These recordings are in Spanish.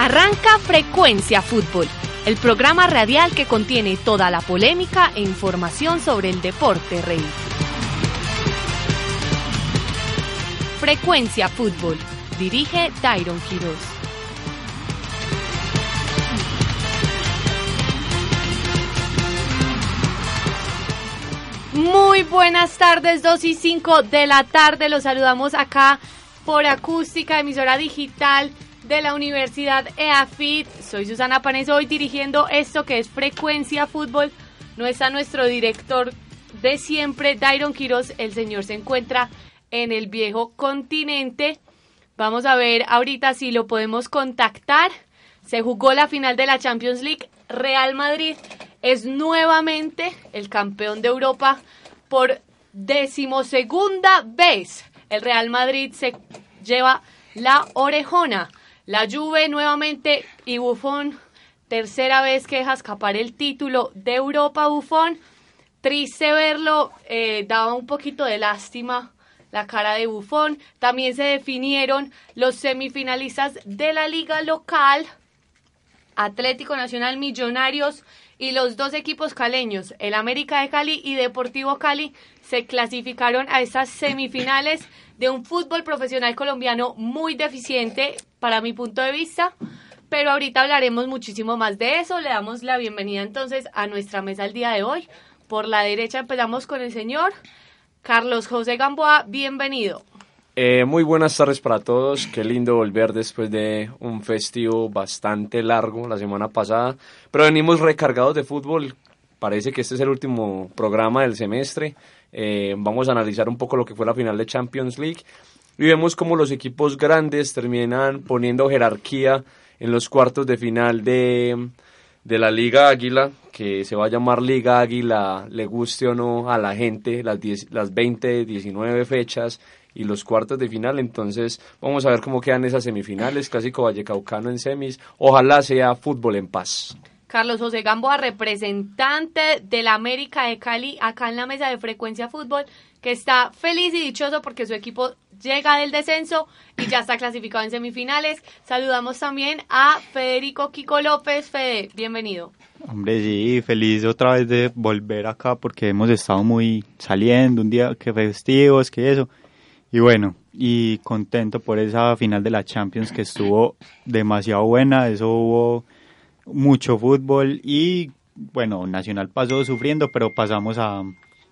Arranca Frecuencia Fútbol, el programa radial que contiene toda la polémica e información sobre el deporte rey. Frecuencia Fútbol, dirige Dairon Quiroz. Muy buenas tardes, 2:05 de la tarde, los saludamos acá por Acústica, emisora digital de la Universidad EAFIT. Soy Susana Panes, hoy dirigiendo esto que es Frecuencia Fútbol. No está nuestro director de siempre, Dairon Quiroz, el señor se encuentra en el viejo continente. Vamos a ver ahorita si lo podemos contactar. Se jugó la final de la Champions League. Real Madrid es nuevamente el campeón de Europa por 12ª vez. El Real Madrid se lleva la orejona. La Juve nuevamente y Buffon, tercera vez que deja escapar el título de Europa. Buffon, triste verlo, daba un poquito de lástima la cara de Buffon. También se definieron los semifinalistas de la liga local. Atlético Nacional, Millonarios y los dos equipos caleños, el América de Cali y Deportivo Cali, se clasificaron a estas semifinales de un fútbol profesional colombiano muy deficiente para mi punto de vista, pero ahorita hablaremos muchísimo más de eso. Le damos la bienvenida entonces a nuestra mesa el día de hoy. Por la derecha empezamos con el señor Carlos José Gamboa, bienvenido. Muy buenas tardes para todos, qué lindo volver después de un festivo bastante largo la semana pasada, pero venimos recargados de fútbol, parece que este es el último programa del semestre. Vamos a analizar un poco lo que fue la final de Champions League y vemos cómo los equipos grandes terminan poniendo jerarquía en los cuartos de final de la Liga Águila, que se va a llamar Liga Águila, le guste o no a la gente, las 20, 19 fechas y los cuartos de final. Entonces vamos a ver cómo quedan esas semifinales, Clásico Vallecaucano en semis, ojalá sea fútbol en paz. Carlos José Gamboa, representante del América de Cali, acá en la mesa de Frecuencia Fútbol, que está feliz y dichoso porque su equipo llega del descenso y ya está clasificado en semifinales. Saludamos también a Federico Kiko López. Fede, bienvenido. Hombre, sí, feliz otra vez de volver acá porque hemos estado muy saliendo, un día que festivos, que eso. Y bueno, y contento por esa final de la Champions que estuvo demasiado buena, eso hubo mucho fútbol y bueno, Nacional pasó sufriendo, pero pasamos a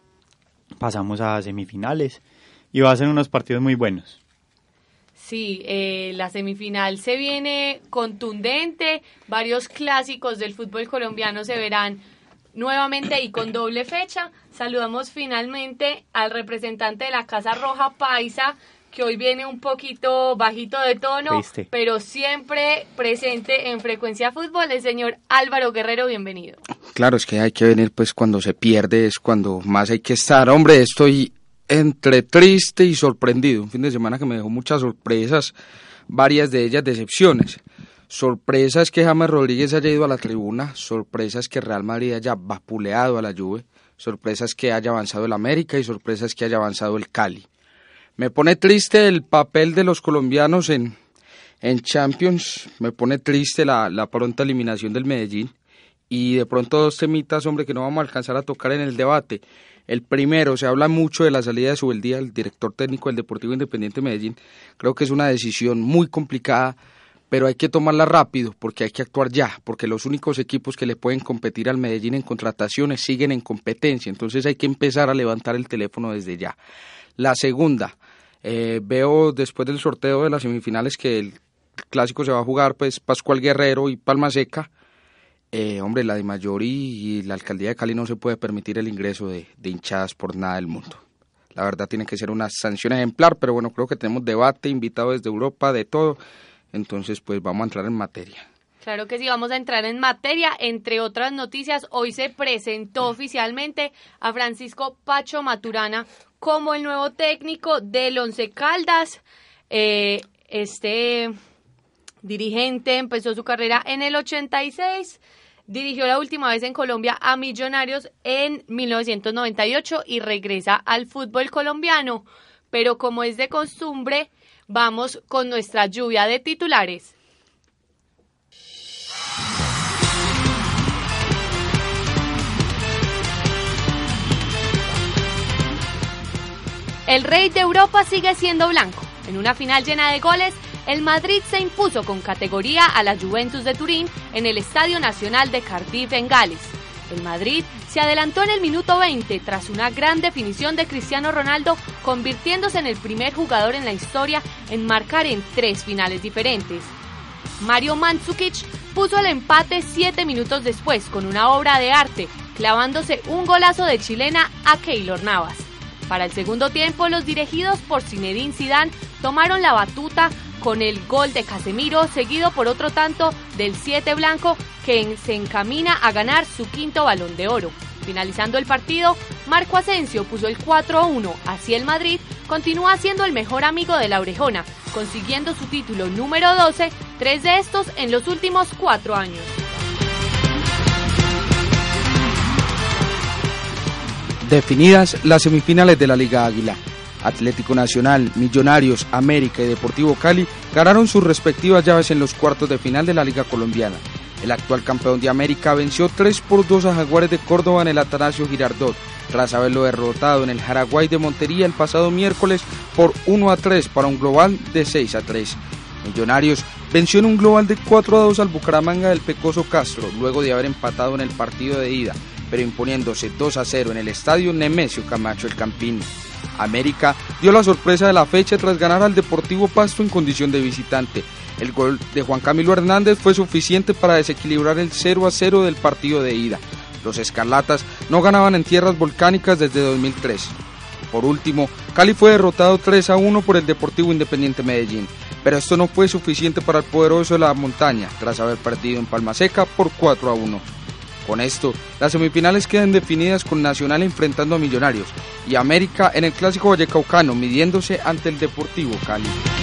semifinales y va a ser unos partidos muy buenos. Sí, la semifinal se viene contundente, varios clásicos del fútbol colombiano se verán nuevamente y con doble fecha. Saludamos finalmente al representante de la Casa Roja Paisa, que hoy viene un poquito bajito de tono, triste, pero siempre presente en Frecuencia Fútbol, el señor Álvaro Guerrero, bienvenido. Claro, es que hay que venir pues cuando se pierde, es cuando más hay que estar. Hombre, estoy entre triste y sorprendido, un fin de semana que me dejó muchas sorpresas, varias de ellas decepciones. Sorpresa es que James Rodríguez haya ido a la tribuna, sorpresa es que Real Madrid haya vapuleado a la Juve, sorpresa es que haya avanzado el América y sorpresa es que haya avanzado el Cali. Me pone triste el papel de los colombianos en Champions, me pone triste la pronta eliminación del Medellín y de pronto dos temitas, hombre, que no vamos a alcanzar a tocar en el debate. El primero, se habla mucho de la salida de Subeldía, el director técnico del Deportivo Independiente Medellín. Creo que es una decisión muy complicada, pero hay que tomarla rápido porque hay que actuar ya, porque los únicos equipos que le pueden competir al Medellín en contrataciones siguen en competencia, entonces hay que empezar a levantar el teléfono desde ya. La segunda, veo después del sorteo de las semifinales que el clásico se va a jugar pues Pascual Guerrero y Palma Seca. Hombre, la DIMAYOR y la Alcaldía de Cali no se puede permitir el ingreso de hinchadas por nada del mundo. La verdad tiene que ser una sanción ejemplar, pero bueno, creo que tenemos debate, invitado desde Europa, de todo, entonces pues vamos a entrar en materia. Claro que sí, vamos a entrar en materia. Entre otras noticias, hoy se presentó oficialmente a Francisco Pacho Maturana como el nuevo técnico del Once Caldas. Este dirigente empezó su carrera en el 86, dirigió la última vez en Colombia a Millonarios en 1998 y regresa al fútbol colombiano. Pero como es de costumbre, vamos con nuestra lluvia de titulares. El rey de Europa sigue siendo blanco. En una final llena de goles, el Madrid se impuso con categoría a la Juventus de Turín en el Estadio Nacional de Cardiff en Gales. El Madrid se adelantó en el minuto 20 tras una gran definición de Cristiano Ronaldo, convirtiéndose en el primer jugador en la historia en marcar en 3 finales diferentes. Mario Mandzukic puso el empate 7 minutos después con una obra de arte, clavándose un golazo de chilena a Keylor Navas. Para el segundo tiempo, los dirigidos por Zinedine Zidane tomaron la batuta con el gol de Casemiro, seguido por otro tanto del 7 blanco que se encamina a ganar su 5º Balón de Oro. Finalizando el partido, Marco Asensio puso el 4-1, así el Madrid continúa siendo el mejor amigo de la Orejona, consiguiendo su título número 12, 3 de estos en los últimos 4 años. Definidas las semifinales de la Liga Águila. Atlético Nacional, Millonarios, América y Deportivo Cali ganaron sus respectivas llaves en los cuartos de final de la Liga Colombiana. El actual campeón de América venció 3-2 a Jaguares de Córdoba en el Atanasio Girardot, tras haberlo derrotado en el Jaraguay de Montería el pasado miércoles por 1-3 para un global de 6-3. Millonarios venció en un global de 4-2 al Bucaramanga del Pecoso Castro, luego de haber empatado en el partido de ida, pero imponiéndose 2-0 en el estadio Nemesio Camacho El Campín. América dio la sorpresa de la fecha tras ganar al Deportivo Pasto en condición de visitante. El gol de Juan Camilo Hernández fue suficiente para desequilibrar el 0-0 del partido de ida. Los escarlatas no ganaban en tierras volcánicas desde 2003. Por último, Cali fue derrotado 3-1 por el Deportivo Independiente Medellín, pero esto no fue suficiente para el poderoso de la montaña, tras haber perdido en Palma Seca por 4-1. Con esto, las semifinales quedan definidas con Nacional enfrentando a Millonarios y América en el Clásico Vallecaucano midiéndose ante el Deportivo Cali.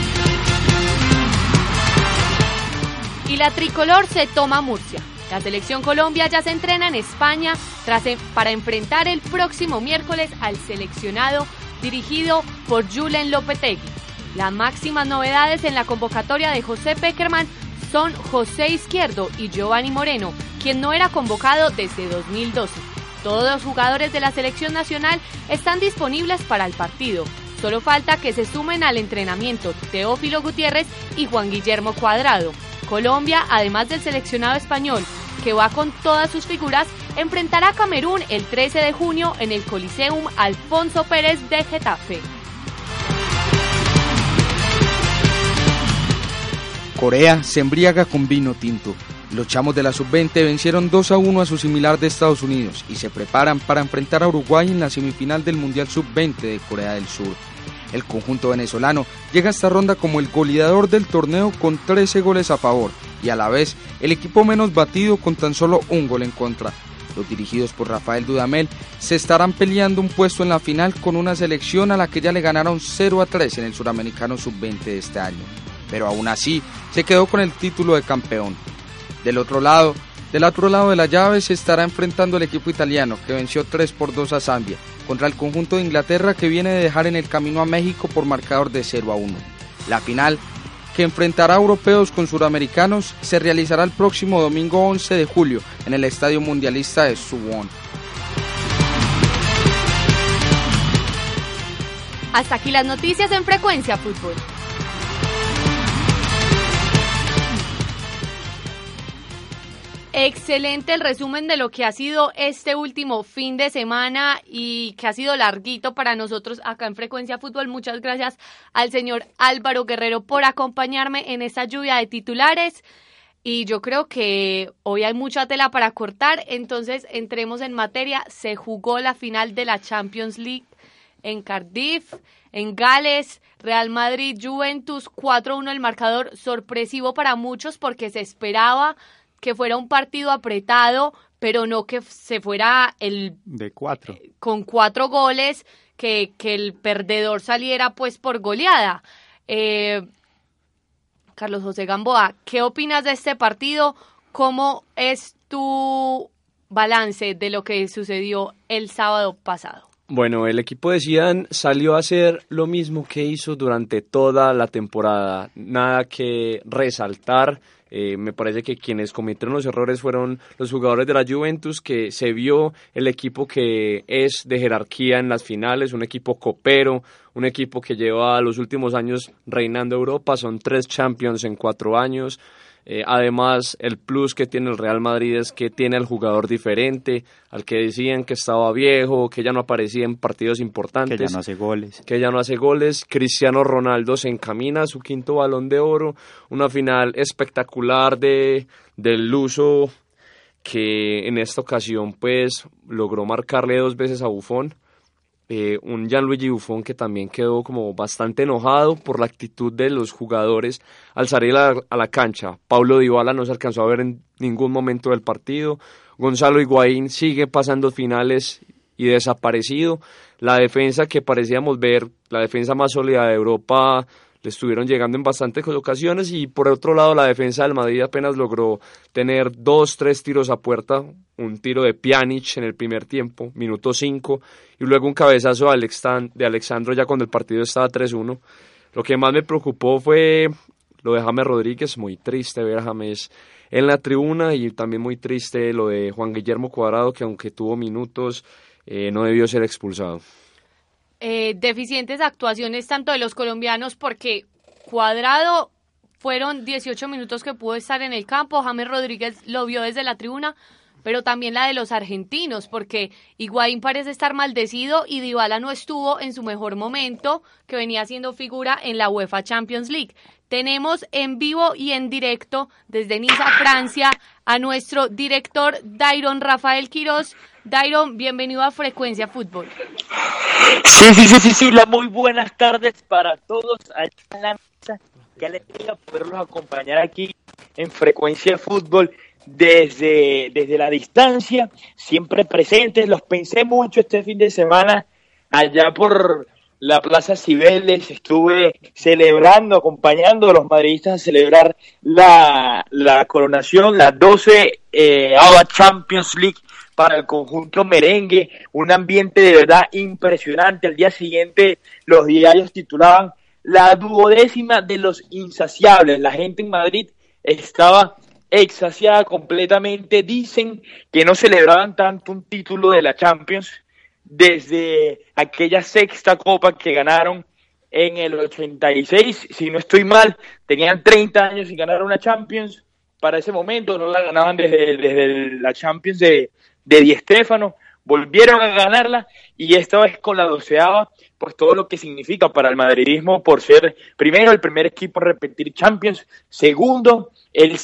Y la tricolor se toma Murcia. La selección Colombia ya se entrena en España para enfrentar el próximo miércoles al seleccionado dirigido por Julen Lopetegui. Las máximas novedades en la convocatoria de José Pekerman son José Izquierdo y Giovanni Moreno, quien no era convocado desde 2012. Todos los jugadores de la selección nacional están disponibles para el partido. Solo falta que se sumen al entrenamiento Teófilo Gutiérrez y Juan Guillermo Cuadrado. Colombia, además del seleccionado español, que va con todas sus figuras, enfrentará a Camerún el 13 de junio en el Coliseum Alfonso Pérez de Getafe. Corea se embriaga con vino tinto. Los chamos de la sub-20 vencieron 2-1 a su similar de Estados Unidos y se preparan para enfrentar a Uruguay en la semifinal del Mundial Sub-20 de Corea del Sur. El conjunto venezolano llega a esta ronda como el goleador del torneo con 13 goles a favor y a la vez el equipo menos batido con tan solo un gol en contra. Los dirigidos por Rafael Dudamel se estarán peleando un puesto en la final con una selección a la que ya le ganaron 0-3 en el Suramericano Sub-20 de este año, pero aún así se quedó con el título de campeón. Del otro lado de la llave se estará enfrentando el equipo italiano que venció 3-2 a Zambia contra el conjunto de Inglaterra que viene de dejar en el camino a México por marcador de 0-1. La final, que enfrentará a europeos con suramericanos, se realizará el próximo domingo 11 de julio en el Estadio Mundialista de Suwon. Hasta aquí las noticias en Frecuencia Fútbol. Excelente el resumen de lo que ha sido este último fin de semana y que ha sido larguito para nosotros acá en Frecuencia Fútbol. Muchas gracias al señor Álvaro Guerrero por acompañarme en esta lluvia de titulares. Y yo creo que hoy hay mucha tela para cortar, entonces entremos en materia. Se jugó la final de la Champions League en Cardiff, en Gales. Real Madrid, Juventus, 4-1 el marcador, sorpresivo para muchos porque se esperaba que fuera un partido apretado, pero no que se fuera de 4 con 4 goles, que el perdedor saliera pues por goleada. Carlos José Gamboa, ¿qué opinas de este partido? ¿Cómo es tu balance de lo que sucedió el sábado pasado? Bueno, el equipo de Zidane salió a hacer lo mismo que hizo durante toda la temporada. Nada que resaltar. Me parece que quienes cometieron los errores fueron los jugadores de la Juventus, que se vio el equipo que es de jerarquía en las finales, un equipo copero, un equipo que lleva los últimos años reinando Europa, son 3 Champions en 4 años. Además, el plus que tiene el Real Madrid es que tiene al jugador diferente, al que decían que estaba viejo, que ya no aparecía en partidos importantes. Que ya no hace goles. Cristiano Ronaldo se encamina a su 5º Balón de Oro, una final espectacular del luso, que en esta ocasión pues logró marcarle 2 veces a Buffon. Un Gianluigi Buffon que también quedó como bastante enojado por la actitud de los jugadores al salir a la cancha. Paulo Dybala no se alcanzó a ver en ningún momento del partido. Gonzalo Higuaín sigue pasando finales y desaparecido. La defensa que parecíamos ver, la defensa más sólida de Europa, le estuvieron llegando en bastantes ocasiones, y por otro lado la defensa del Madrid apenas logró tener 2-3 tiros a puerta, un tiro de Pjanic en el primer tiempo, minuto 5, y luego un cabezazo de Alexandro ya cuando el partido estaba 3-1. Lo que más me preocupó fue lo de James Rodríguez, muy triste ver a James en la tribuna, y también muy triste lo de Juan Guillermo Cuadrado, que aunque tuvo minutos, no debió ser expulsado. Deficientes actuaciones tanto de los colombianos, porque Cuadrado fueron 18 minutos que pudo estar en el campo, James Rodríguez lo vio desde la tribuna, pero también la de los argentinos, porque Higuaín parece estar maldecido y Dybala no estuvo en su mejor momento, que venía siendo figura en la UEFA Champions League. Tenemos en vivo y en directo desde Niza, Francia, a nuestro director Dairon Rafael Quiroz. Dairon, bienvenido a Frecuencia Fútbol. Sí, muy buenas tardes para todos allá en la mesa. Qué alegría poderlos acompañar aquí en Frecuencia Fútbol desde la distancia, siempre presentes. Los pensé mucho este fin de semana allá por la Plaza Cibeles. Estuve celebrando, acompañando a los madridistas a celebrar la coronación, la 12 Champions League para el conjunto merengue, un ambiente de verdad impresionante. Al día siguiente los diarios titulaban la 12ª de los insaciables. La gente en Madrid estaba extasiada completamente. Dicen que no celebraban tanto un título de la Champions desde aquella 6ª copa que ganaron en el 86, si no estoy mal, tenían 30 años sin ganar una Champions. Para ese momento no la ganaban desde la Champions de Di Stéfano, volvieron a ganarla, y esta vez con la 12ª, pues todo lo que significa para el madridismo, por ser primero el primer equipo a repetir Champions, segundo el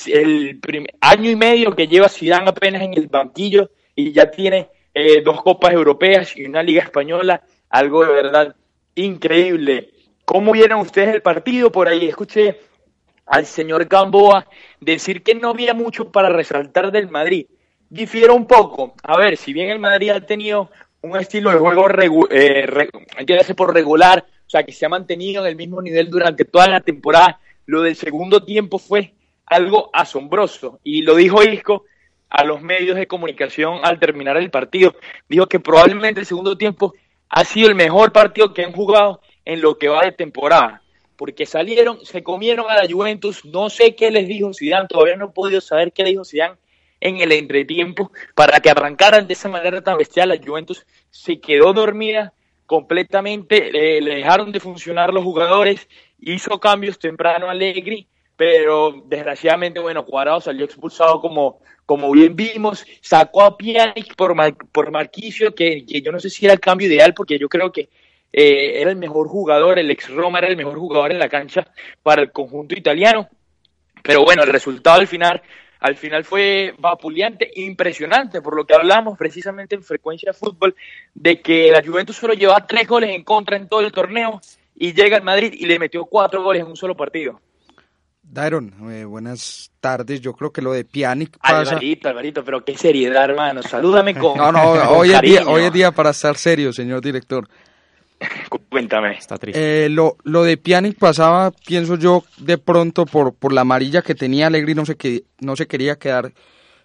año y medio que lleva Zidane apenas en el banquillo y ya tiene 2 copas europeas y una liga española, algo de verdad increíble. ¿Cómo vieron ustedes el partido? Por ahí escuché al señor Gamboa decir que no había mucho para resaltar del Madrid. Difiero un poco. A ver, si bien el Madrid ha tenido un estilo de juego entiéndase por regular, o sea, que se ha mantenido en el mismo nivel durante toda la temporada, lo del segundo tiempo fue algo asombroso, y lo dijo Isco a los medios de comunicación al terminar el partido. Dijo que probablemente el segundo tiempo ha sido el mejor partido que han jugado en lo que va de temporada, porque se comieron a la Juventus. No sé qué les dijo Zidane, todavía no he podido saber qué le dijo Zidane en el entretiempo para que arrancaran de esa manera tan bestial. La Juventus se quedó dormida completamente, le dejaron de funcionar los jugadores, hizo cambios temprano Allegri, pero desgraciadamente, bueno, Cuadrado salió expulsado como bien vimos, sacó a Pjanic por Marquisio, que yo no sé si era el cambio ideal, porque yo creo que era el mejor jugador, el ex Roma era el mejor jugador en la cancha para el conjunto italiano, pero bueno, el resultado al final fue vapuleante, impresionante, por lo que hablamos precisamente en Frecuencia Fútbol, de que la Juventus solo llevaba 3 goles en contra en todo el torneo, y llega al Madrid y le metió 4 goles en un solo partido. Dairon, buenas tardes. Yo creo que lo de Pjanic pasa... Alvarito, pero qué seriedad, hermano. Salúdame con... No, hoy es día para estar serio, señor director. Cuéntame. Está triste. Lo de Pjanic pasaba, pienso yo, de pronto por la amarilla que tenía Allegri, no se quería quedar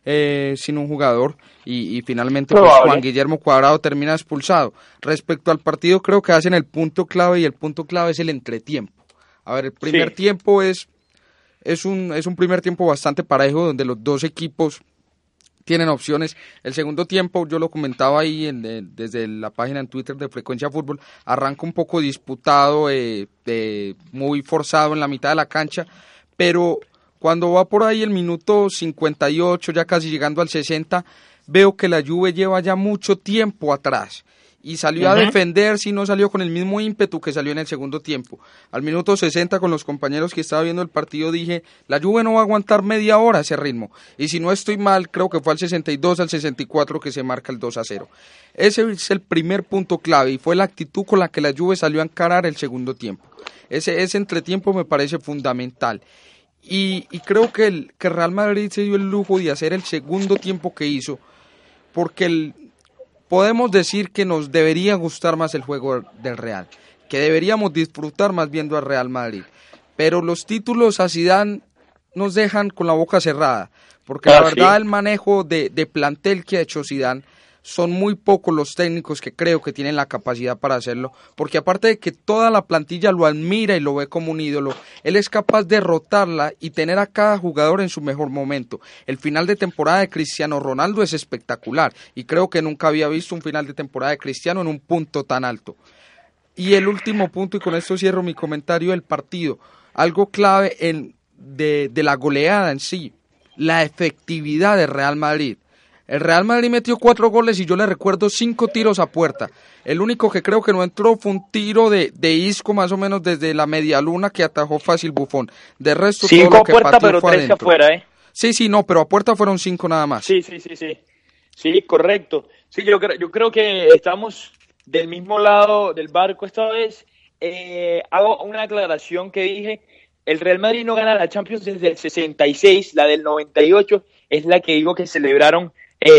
sin un jugador, y finalmente pues, Juan Guillermo Cuadrado termina expulsado. Respecto al partido, creo que hacen el punto clave, y el punto clave es el entretiempo. A ver, el primer tiempo es es un primer tiempo bastante parejo, donde los dos equipos tienen opciones. El segundo tiempo, yo lo comentaba ahí desde la página en Twitter de Frecuencia Fútbol, arranca un poco disputado, muy forzado en la mitad de la cancha, pero cuando va por ahí el minuto 58, ya casi llegando al 60, veo que la Juve lleva ya mucho tiempo atrás y salió a defender, si no salió con el mismo ímpetu que salió en el segundo tiempo. Al minuto 60, con los compañeros que estaba viendo el partido, dije, la Juve no va a aguantar media hora ese ritmo, y si no estoy mal, creo que fue al 62, al 64 que se marca el 2-0. Ese es el primer punto clave, y fue la actitud con la que la Juve salió a encarar el segundo tiempo. Ese entretiempo me parece fundamental. Y creo que Real Madrid se dio el lujo de hacer el segundo tiempo que hizo, porque podemos decir que nos debería gustar más el juego del Real, que deberíamos disfrutar más viendo al Real Madrid, pero los títulos a Zidane nos dejan con la boca cerrada, porque la verdad el manejo de plantel que ha hecho Zidane, son muy pocos los técnicos que creo que tienen la capacidad para hacerlo, porque aparte de que toda la plantilla lo admira y lo ve como un ídolo, él es capaz de rotarla y tener a cada jugador en su mejor momento. El final de temporada de Cristiano Ronaldo es espectacular, y creo que nunca había visto un final de temporada de Cristiano en un punto tan alto. Y el último punto, y con esto cierro mi comentario del partido, algo clave de la goleada en sí, la efectividad del Real Madrid. El Real Madrid metió 4 goles y yo le recuerdo 5 tiros a puerta. El único que creo que no entró fue un tiro de Isco, más o menos desde la media luna, que atajó fácil Buffon. De resto, 5 todo lo que a puerta, pateó pero fue 3 adentro. afuera, ¿eh? Sí, no, pero a puerta fueron 5 nada más. Sí. Sí, correcto. Sí, yo creo que estamos del mismo lado del barco esta vez. Hago una aclaración que dije. El Real Madrid no gana la Champions desde el 66, la del 98 es la que digo que celebraron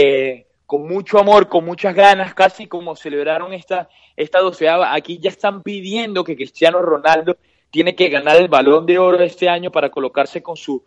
con mucho amor, con muchas ganas, casi como celebraron esta 12ª. Aquí ya están pidiendo que Cristiano Ronaldo tiene que ganar el Balón de Oro este año para colocarse con su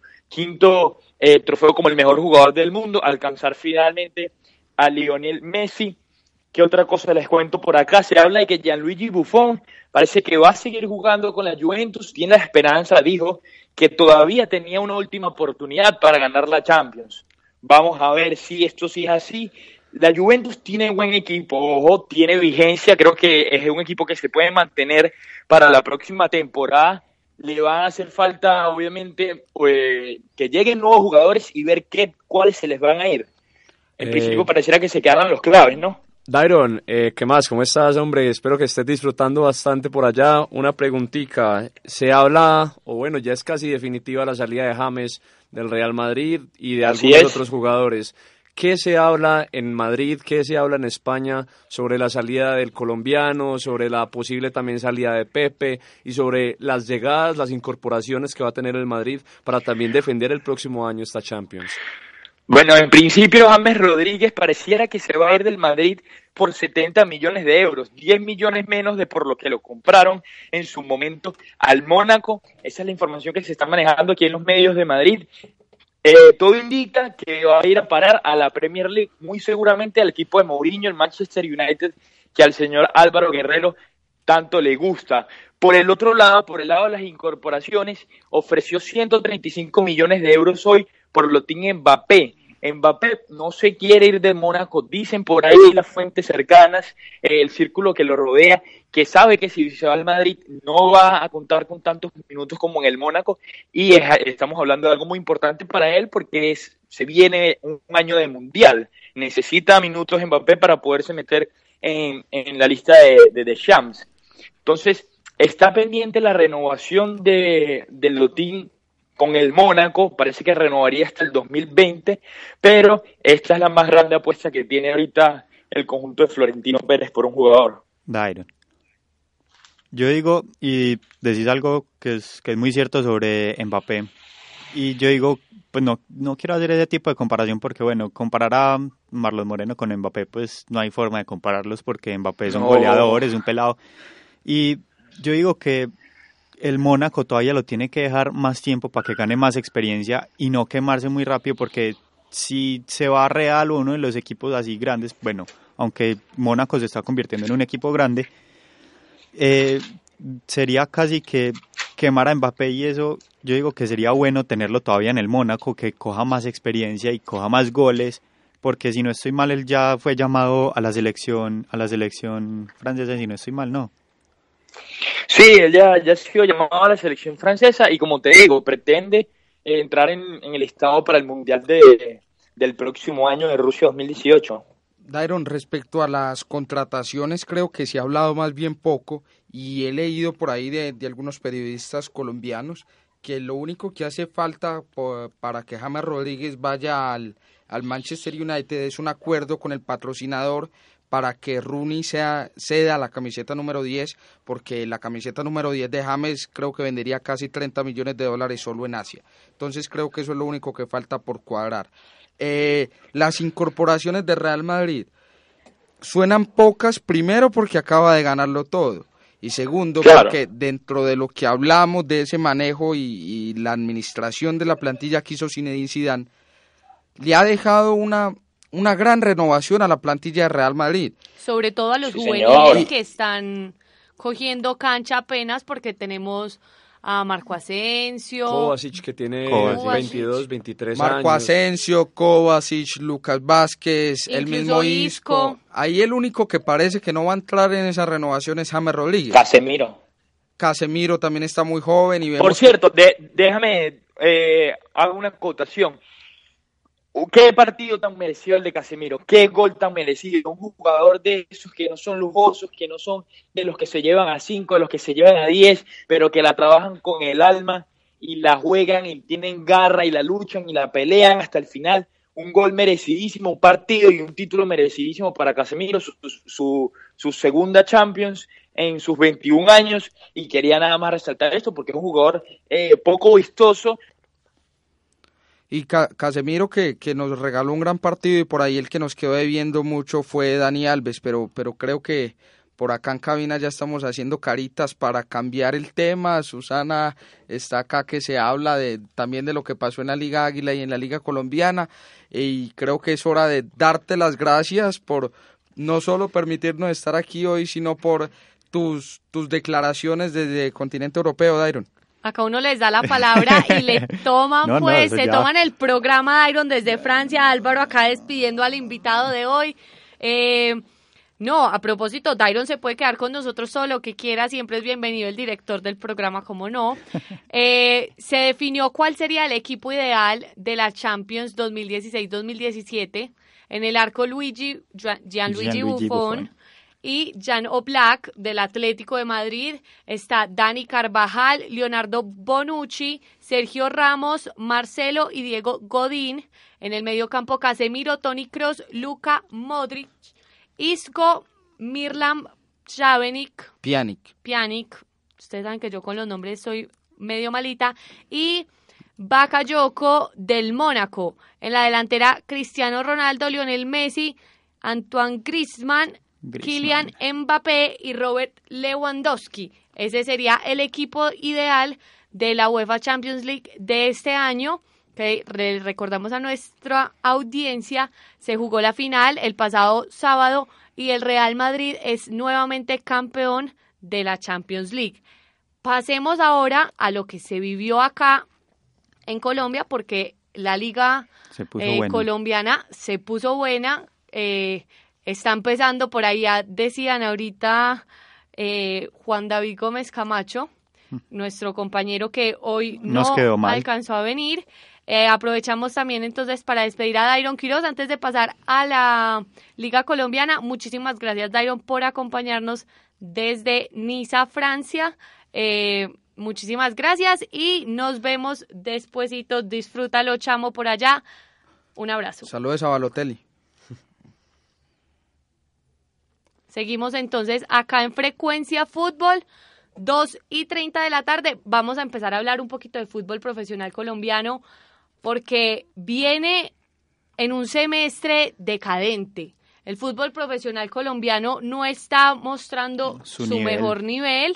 5º trofeo como el mejor jugador del mundo, alcanzar finalmente a Lionel Messi. ¿Qué otra cosa les cuento por acá? Se habla de que Gianluigi Buffon parece que va a seguir jugando con la Juventus, tiene la esperanza, dijo, que todavía tenía una última oportunidad para ganar la Champions. Vamos a ver si esto sí es así. La Juventus tiene buen equipo, ojo, tiene vigencia, creo que es un equipo que se puede mantener para la próxima temporada. Le va a hacer falta, obviamente, que lleguen nuevos jugadores y ver cuáles se les van a ir. En principio pareciera que se quedaran los claves, ¿no? Dairon, ¿qué más? ¿Cómo estás, hombre? Espero que estés disfrutando bastante por allá. Una preguntita, se habla, o bueno, ya es casi definitiva la salida de James del Real Madrid y de algunos otros jugadores. ¿Qué se habla en Madrid, qué se habla en España sobre la salida del colombiano, sobre la posible también salida de Pepe y sobre las llegadas, las incorporaciones que va a tener el Madrid para también defender el próximo año esta Champions? Bueno, en principio James Rodríguez pareciera que se va a ir del Madrid por 70 millones de euros, 10 millones menos de por lo que lo compraron en su momento al Mónaco. Esa es la información que se está manejando aquí en los medios de Madrid. Todo indica que va a ir a parar a la Premier League, muy seguramente al equipo de Mourinho, el Manchester United, que al señor Álvaro Guerrero tanto le gusta. Por el otro lado, por el lado de las incorporaciones, ofreció 135 millones de euros hoy por Lotin Mbappé. Mbappé no se quiere ir de Mónaco, dicen por ahí las fuentes cercanas, el círculo que lo rodea, que sabe que si se va al Madrid no va a contar con tantos minutos como en el Mónaco, y estamos hablando de algo muy importante para él porque se viene un año de Mundial, necesita minutos Mbappé para poderse meter en la lista de Deschamps. Entonces, está pendiente la renovación de Lotin con el Mónaco, parece que renovaría hasta el 2020, pero esta es la más grande apuesta que tiene ahorita el conjunto de Florentino Pérez por un jugador. Dairon, yo digo, y decís algo que es muy cierto sobre Mbappé, y yo digo, pues no quiero hacer ese tipo de comparación porque, bueno, comparar a Marlon Moreno con Mbappé, pues no hay forma de compararlos porque Mbappé es un goleador, es un pelado, y yo digo que el Mónaco todavía lo tiene que dejar más tiempo para que gane más experiencia y no quemarse muy rápido, porque si se va a Real o uno de los equipos así grandes, bueno, aunque Mónaco se está convirtiendo en un equipo grande, sería casi que quemar a Mbappé y eso, yo digo que sería bueno tenerlo todavía en el Mónaco, que coja más experiencia y coja más goles, porque si no estoy mal, él ya fue llamado a la selección francesa, si no estoy mal, ¿no? Sí, él ya ha sido llamado a la selección francesa y como te digo, pretende entrar en el listado para el Mundial del próximo año de Rusia 2018. Dairon, respecto a las contrataciones, creo que se ha hablado más bien poco y he leído por ahí de algunos periodistas colombianos que lo único que hace falta para que James Rodríguez vaya al Manchester United es un acuerdo con el patrocinador para que Rooney ceda la camiseta número 10, porque la camiseta número 10 de James creo que vendería casi $30 millones solo en Asia. Entonces creo que eso es lo único que falta por cuadrar. Las incorporaciones de Real Madrid suenan pocas, primero porque acaba de ganarlo todo, y segundo porque dentro de lo que hablamos de ese manejo y la administración de la plantilla que hizo Zinedine Zidane, le ha dejado una gran renovación a la plantilla de Real Madrid. Sobre todo a los juveniles señor, que están cogiendo cancha apenas, porque tenemos a Marco Asensio, Kovacic, que tiene Kovacic. 22, 23 Marco años. Asensio, Kovacic, Lucas Vázquez, el Incluso mismo Isco. Isco. Ahí el único que parece que no va a entrar en esa renovación es James Rodríguez. Casemiro también está muy joven y vemos Por cierto, déjame hago una acotación. Qué partido tan merecido el de Casemiro, qué gol tan merecido. Un jugador de esos que no son lujosos, que no son de los que se llevan a 5, de los que se llevan a 10, pero que la trabajan con el alma y la juegan y tienen garra y la luchan y la pelean hasta el final. Un gol merecidísimo, un partido y un título merecidísimo para Casemiro, su segunda Champions en sus 21 años, y quería nada más resaltar esto porque es un jugador poco vistoso. Y Casemiro que nos regaló un gran partido, y por ahí el que nos quedó debiendo mucho fue Dani Alves, pero creo que por acá en cabina ya estamos haciendo caritas para cambiar el tema. Susana está acá que se habla también de lo que pasó en la Liga Águila y en la Liga Colombiana, y creo que es hora de darte las gracias por no solo permitirnos estar aquí hoy, sino por tus declaraciones desde el continente europeo, Dairon. Acá uno les da la palabra y le toman, toman el programa, Dairon, desde Francia. Álvaro acá despidiendo al invitado de hoy. No, a propósito, Dairon se puede quedar con nosotros todo lo que quiera, siempre es bienvenido el director del programa, como no. Se definió cuál sería el equipo ideal de la Champions 2016-2017. En el arco Gianluigi Buffon y Jan Oblak del Atlético de Madrid. Está Dani Carvajal, Leonardo Bonucci, Sergio Ramos, Marcelo y Diego Godín. En el mediocampo Casemiro, Toni Kroos, Luka Modric, Isco, Miralem Pjanic. Ustedes saben que yo con los nombres soy medio malita. Y Bakayoko del Mónaco. En la delantera Cristiano Ronaldo, Lionel Messi, Antoine Griezmann, Kylian Mbappé y Robert Lewandowski. Ese sería el equipo ideal de la UEFA Champions League de este año, que recordamos a nuestra audiencia, se jugó la final el pasado sábado y el Real Madrid es nuevamente campeón de la Champions League. Pasemos ahora a lo que se vivió acá en Colombia, porque la liga colombiana se puso buena. Está empezando por ahí, ya decían ahorita Juan David Gómez Camacho, nuestro compañero que hoy no alcanzó a venir. Aprovechamos también entonces para despedir a Dairon Quiroz antes de pasar a la Liga Colombiana. Muchísimas gracias, Dairon, por acompañarnos desde Niza, Francia. Muchísimas gracias y nos vemos despuesito. Disfrútalo, chamo, por allá. Un abrazo. Saludos a Balotelli. Seguimos entonces acá en Frecuencia Fútbol, 2:30 de la tarde. Vamos a empezar a hablar un poquito de fútbol profesional colombiano porque viene en un semestre decadente. El fútbol profesional colombiano no está mostrando su mejor nivel.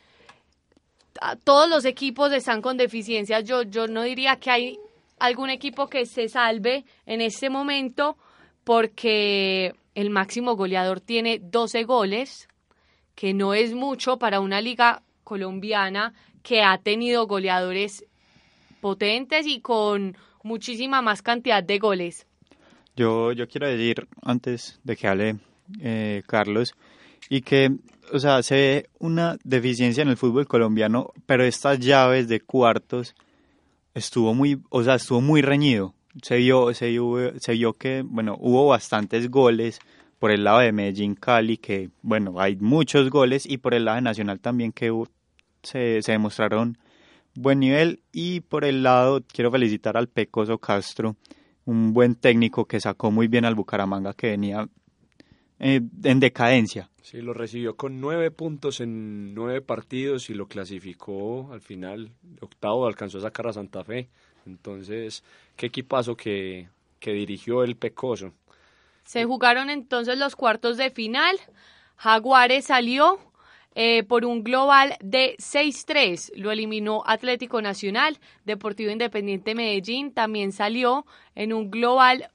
Todos los equipos están con deficiencias. Yo no diría que hay algún equipo que se salve en este momento porque el máximo goleador tiene 12 goles, que no es mucho para una liga colombiana que ha tenido goleadores potentes y con muchísima más cantidad de goles. Yo quiero decir, antes de que hable Carlos, y que, o sea, se ve una deficiencia en el fútbol colombiano, pero estas llaves de cuartos estuvo muy reñido. Se vio que, bueno, hubo bastantes goles por el lado de Medellín Cali, que, bueno, hay muchos goles, y por el lado de Nacional también que se demostraron buen nivel, y por el lado quiero felicitar al Pecoso Castro, un buen técnico que sacó muy bien al Bucaramanga, que venía en decadencia. Sí, lo recibió con 9 puntos en 9 partidos y lo clasificó al final, octavo, alcanzó a sacar a Santa Fe. Entonces, qué equipazo que dirigió el Pecoso. Se jugaron entonces los cuartos de final. Jaguares salió por un global de 6-3. Lo eliminó Atlético Nacional. Deportivo Independiente Medellín también salió en un global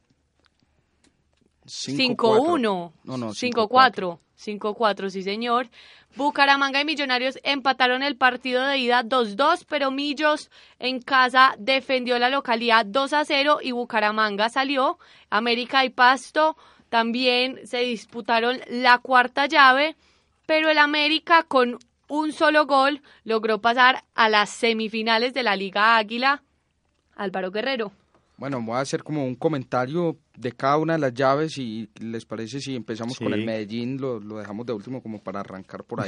5-1. No, 5-4. 5-4, sí señor. Bucaramanga y Millonarios empataron el partido de ida 2-2, pero Millos en casa defendió la localidad 2-0 y Bucaramanga salió. América y Pasto también se disputaron la cuarta llave, pero el América con un solo gol logró pasar a las semifinales de la Liga Águila. Álvaro Guerrero. Bueno, voy a hacer como un comentario de cada una de las llaves y les parece si empezamos con el Medellín, lo dejamos de último como para arrancar por ahí.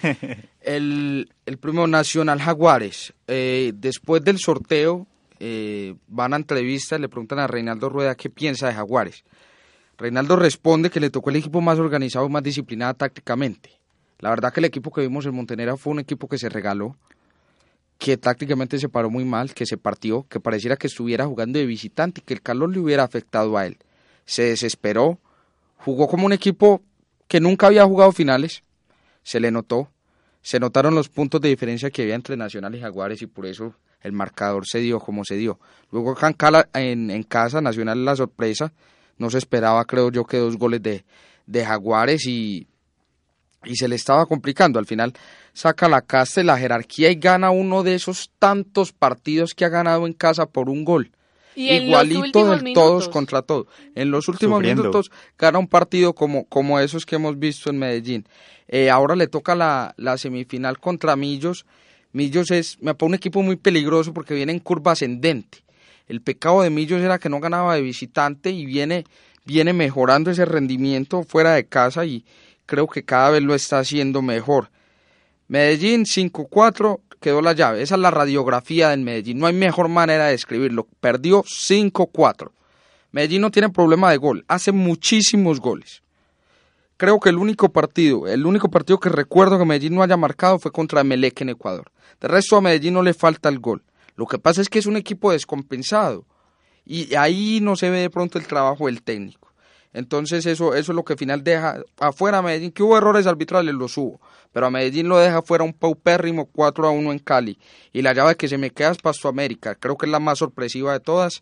el primero, Nacional Jaguares. Después del sorteo van a entrevistas, le preguntan a Reinaldo Rueda qué piensa de Jaguares. Reinaldo responde que le tocó el equipo más organizado, más disciplinado tácticamente. La verdad que el equipo que vimos en Montenegro fue un equipo que se regaló, que tácticamente se paró muy mal, que se partió, que pareciera que estuviera jugando de visitante y que el calor le hubiera afectado a él. Se desesperó, jugó como un equipo que nunca había jugado finales, se le notó, se notaron los puntos de diferencia que había entre Nacional y Jaguares y por eso el marcador se dio como se dio. Luego acá en casa, Nacional la sorpresa, no se esperaba creo yo que 2 goles de Jaguares y se le estaba complicando. Al final saca la casta de la jerarquía y gana uno de esos tantos partidos que ha ganado en casa por un gol. Y igualito del todos contra todos. En los últimos minutos gana un partido como esos que hemos visto en Medellín. Ahora le toca la semifinal contra Millos. Millos me pone un equipo muy peligroso porque viene en curva ascendente. El pecado de Millos era que no ganaba de visitante y viene mejorando ese rendimiento fuera de casa y creo que cada vez lo está haciendo mejor. Medellín 5-4, quedó la llave. Esa es la radiografía del Medellín. No hay mejor manera de describirlo. Perdió 5-4. Medellín no tiene problema de gol. Hace muchísimos goles. Creo que el único partido que recuerdo que Medellín no haya marcado fue contra Emelec en Ecuador. De resto a Medellín no le falta el gol. Lo que pasa es que es un equipo descompensado. Y ahí no se ve de pronto el trabajo del técnico. Entonces eso es lo que al final deja afuera a Medellín, que hubo errores arbitrales, los hubo, pero a Medellín lo deja fuera un paupérrimo 4-1 en Cali, y la llave que se me queda es Pasto América, creo que es la más sorpresiva de todas.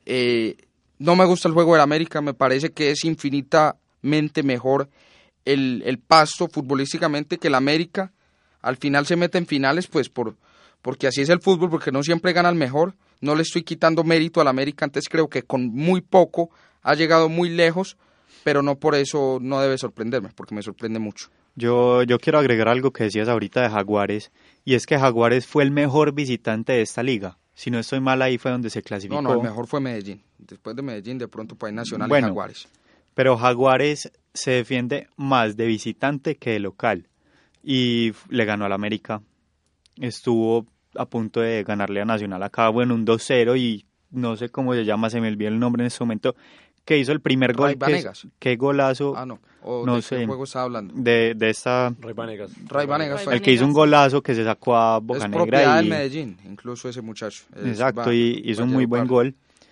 No me gusta el juego del América, me parece que es infinitamente mejor el Pasto futbolísticamente que el América. Al final se mete en finales pues porque así es el fútbol, porque no siempre gana el mejor. No le estoy quitando mérito al América, antes creo que con muy poco ha llegado muy lejos, pero no por eso no debe sorprenderme, porque me sorprende mucho. Yo quiero agregar algo que decías ahorita de Jaguares, y es que Jaguares fue el mejor visitante de esta liga. Si no estoy mal, ahí fue donde se clasificó. No, el mejor fue Medellín. Después de Medellín, de pronto País Nacional y Jaguares. Pero Jaguares se defiende más de visitante que de local, y le ganó al América. Estuvo a punto de ganarle a Nacional acá, bueno, un 2-0, y no sé cómo se llama, se me olvidó el nombre en este momento, que hizo el primer gol. Qué golazo. No sé. ¿De qué juego estaba hablando? De esta... Ray Vanegas. El que hizo un golazo que se sacó a Bocanegra. Es propiedad del Medellín, incluso ese muchacho. Exacto, y hizo un muy buen gol.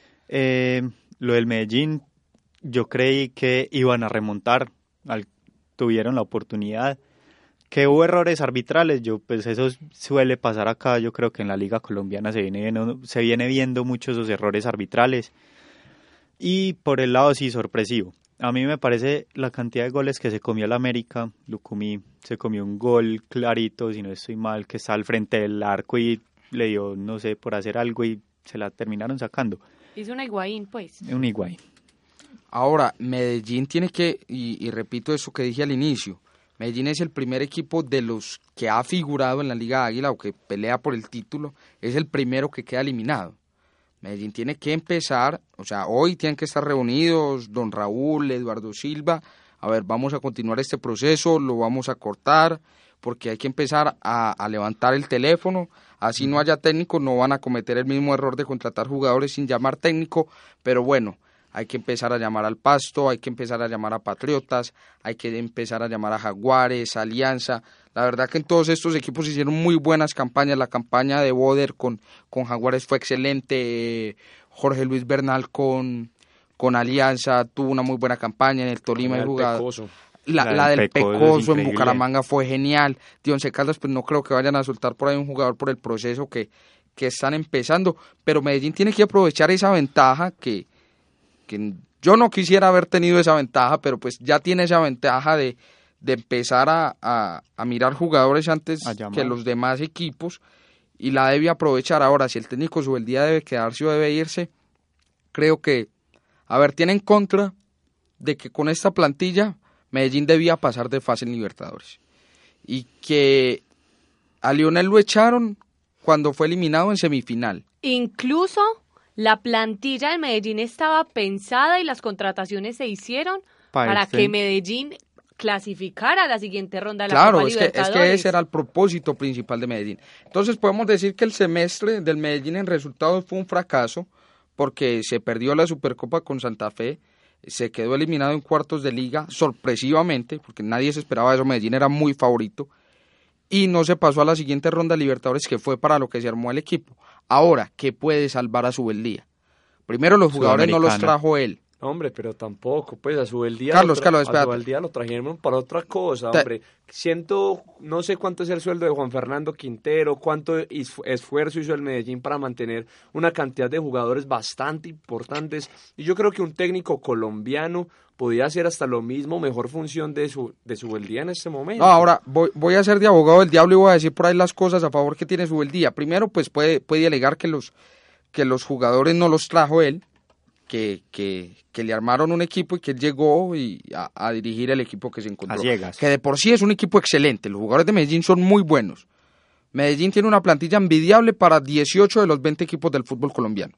Lo del Medellín, yo creí que iban a remontar, tuvieron la oportunidad. Que hubo errores arbitrales, pues eso suele pasar acá. Yo creo que en la liga colombiana se viene viendo muchos esos errores arbitrales. Y por el lado sí sorpresivo, A mí me parece la cantidad de goles que se comió el América. Lucumí se comió un gol clarito, si no estoy mal, que está al frente del arco y le dio, no sé, por hacer algo y se la terminaron sacando. Hizo una Higuaín, pues. Un Higuaín. Ahora, Medellín tiene que, y repito eso que dije al inicio, Medellín es el primer equipo de los que ha figurado en la Liga Águila o que pelea por el título, es el primero que queda eliminado. Medellín tiene que empezar, o sea, hoy tienen que estar reunidos don Raúl, Eduardo Silva, a ver, vamos a continuar este proceso, lo vamos a cortar, porque hay que empezar a levantar el teléfono, así no haya técnico, no van a cometer el mismo error de contratar jugadores sin llamar técnico, pero bueno, hay que empezar a llamar al Pasto, hay que empezar a llamar a Patriotas, hay que empezar a llamar a Jaguares, Alianza. La verdad que en todos estos equipos hicieron muy buenas campañas. La campaña de Boder con Jaguares fue excelente. Jorge Luis Bernal con Alianza tuvo una muy buena campaña. En el Tolima hay jugadores. La del Pecoso en Bucaramanga fue genial. De Once Caldas, pues no creo que vayan a soltar por ahí un jugador por el proceso que están empezando. Pero Medellín tiene que aprovechar esa ventaja que yo no quisiera haber tenido esa ventaja, pero pues ya tiene esa ventaja de empezar a mirar jugadores antes que los demás equipos y la debe aprovechar. Ahora, si el técnico Subeldía debe quedarse o debe irse, creo que, tiene en contra de que con esta plantilla Medellín debía pasar de fase en Libertadores y que a Lionel lo echaron cuando fue eliminado en semifinal. Incluso la plantilla de Medellín estaba pensada y las contrataciones se hicieron para que Medellín clasificara a la siguiente ronda de la Copa Libertadores. Es que ese era el propósito principal de Medellín. Entonces podemos decir que el semestre del Medellín en resultados fue un fracaso porque se perdió la Supercopa con Santa Fe, se quedó eliminado en cuartos de liga sorpresivamente, porque nadie se esperaba eso, Medellín era muy favorito, y no se pasó a la siguiente ronda de Libertadores, que fue para lo que se armó el equipo. Ahora, ¿qué puede salvar a Subeldía? Primero, los jugadores no los trajo él. Hombre, pero tampoco, pues a Subeldía Carlos, lo trajeron para otra cosa, hombre. No sé cuánto es el sueldo de Juan Fernando Quintero, cuánto esfuerzo hizo el Medellín para mantener una cantidad de jugadores bastante importantes, y yo creo que un técnico colombiano podía hacer hasta lo mismo, mejor función de Subeldía en este momento. No, ahora voy a ser de abogado del diablo y voy a decir por ahí las cosas a favor que tiene Subeldía. Primero, pues puede alegar que los jugadores no los trajo él, que le armaron un equipo y que él llegó a dirigir el equipo que se encontró. Que de por sí es un equipo excelente, los jugadores de Medellín son muy buenos. Medellín tiene una plantilla envidiable para 18 de los 20 equipos del fútbol colombiano.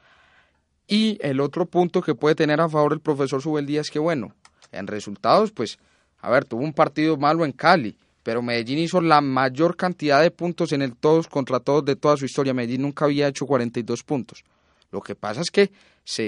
Y el otro punto que puede tener a favor el profesor Subeldía es que, bueno, en resultados, pues, tuvo un partido malo en Cali, pero Medellín hizo la mayor cantidad de puntos en el todos contra todos de toda su historia. Medellín nunca había hecho 42 puntos. Lo que pasa es que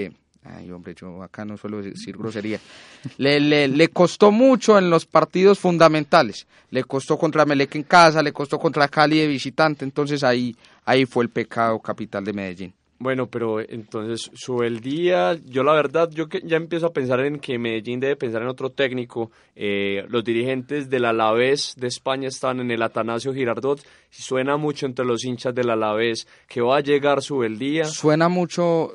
yo acá no suelo decir grosería. Le costó mucho en los partidos fundamentales. Le costó contra Melec en casa, le costó contra Cali de visitante. Entonces ahí fue el pecado capital de Medellín. Bueno, pero entonces Subeldía, yo la verdad, ya empiezo a pensar en que Medellín debe pensar en otro técnico. Los dirigentes del Alavés de España están en el Atanasio Girardot. Suena mucho entre los hinchas del Alavés que va a llegar Subeldía. Suena mucho,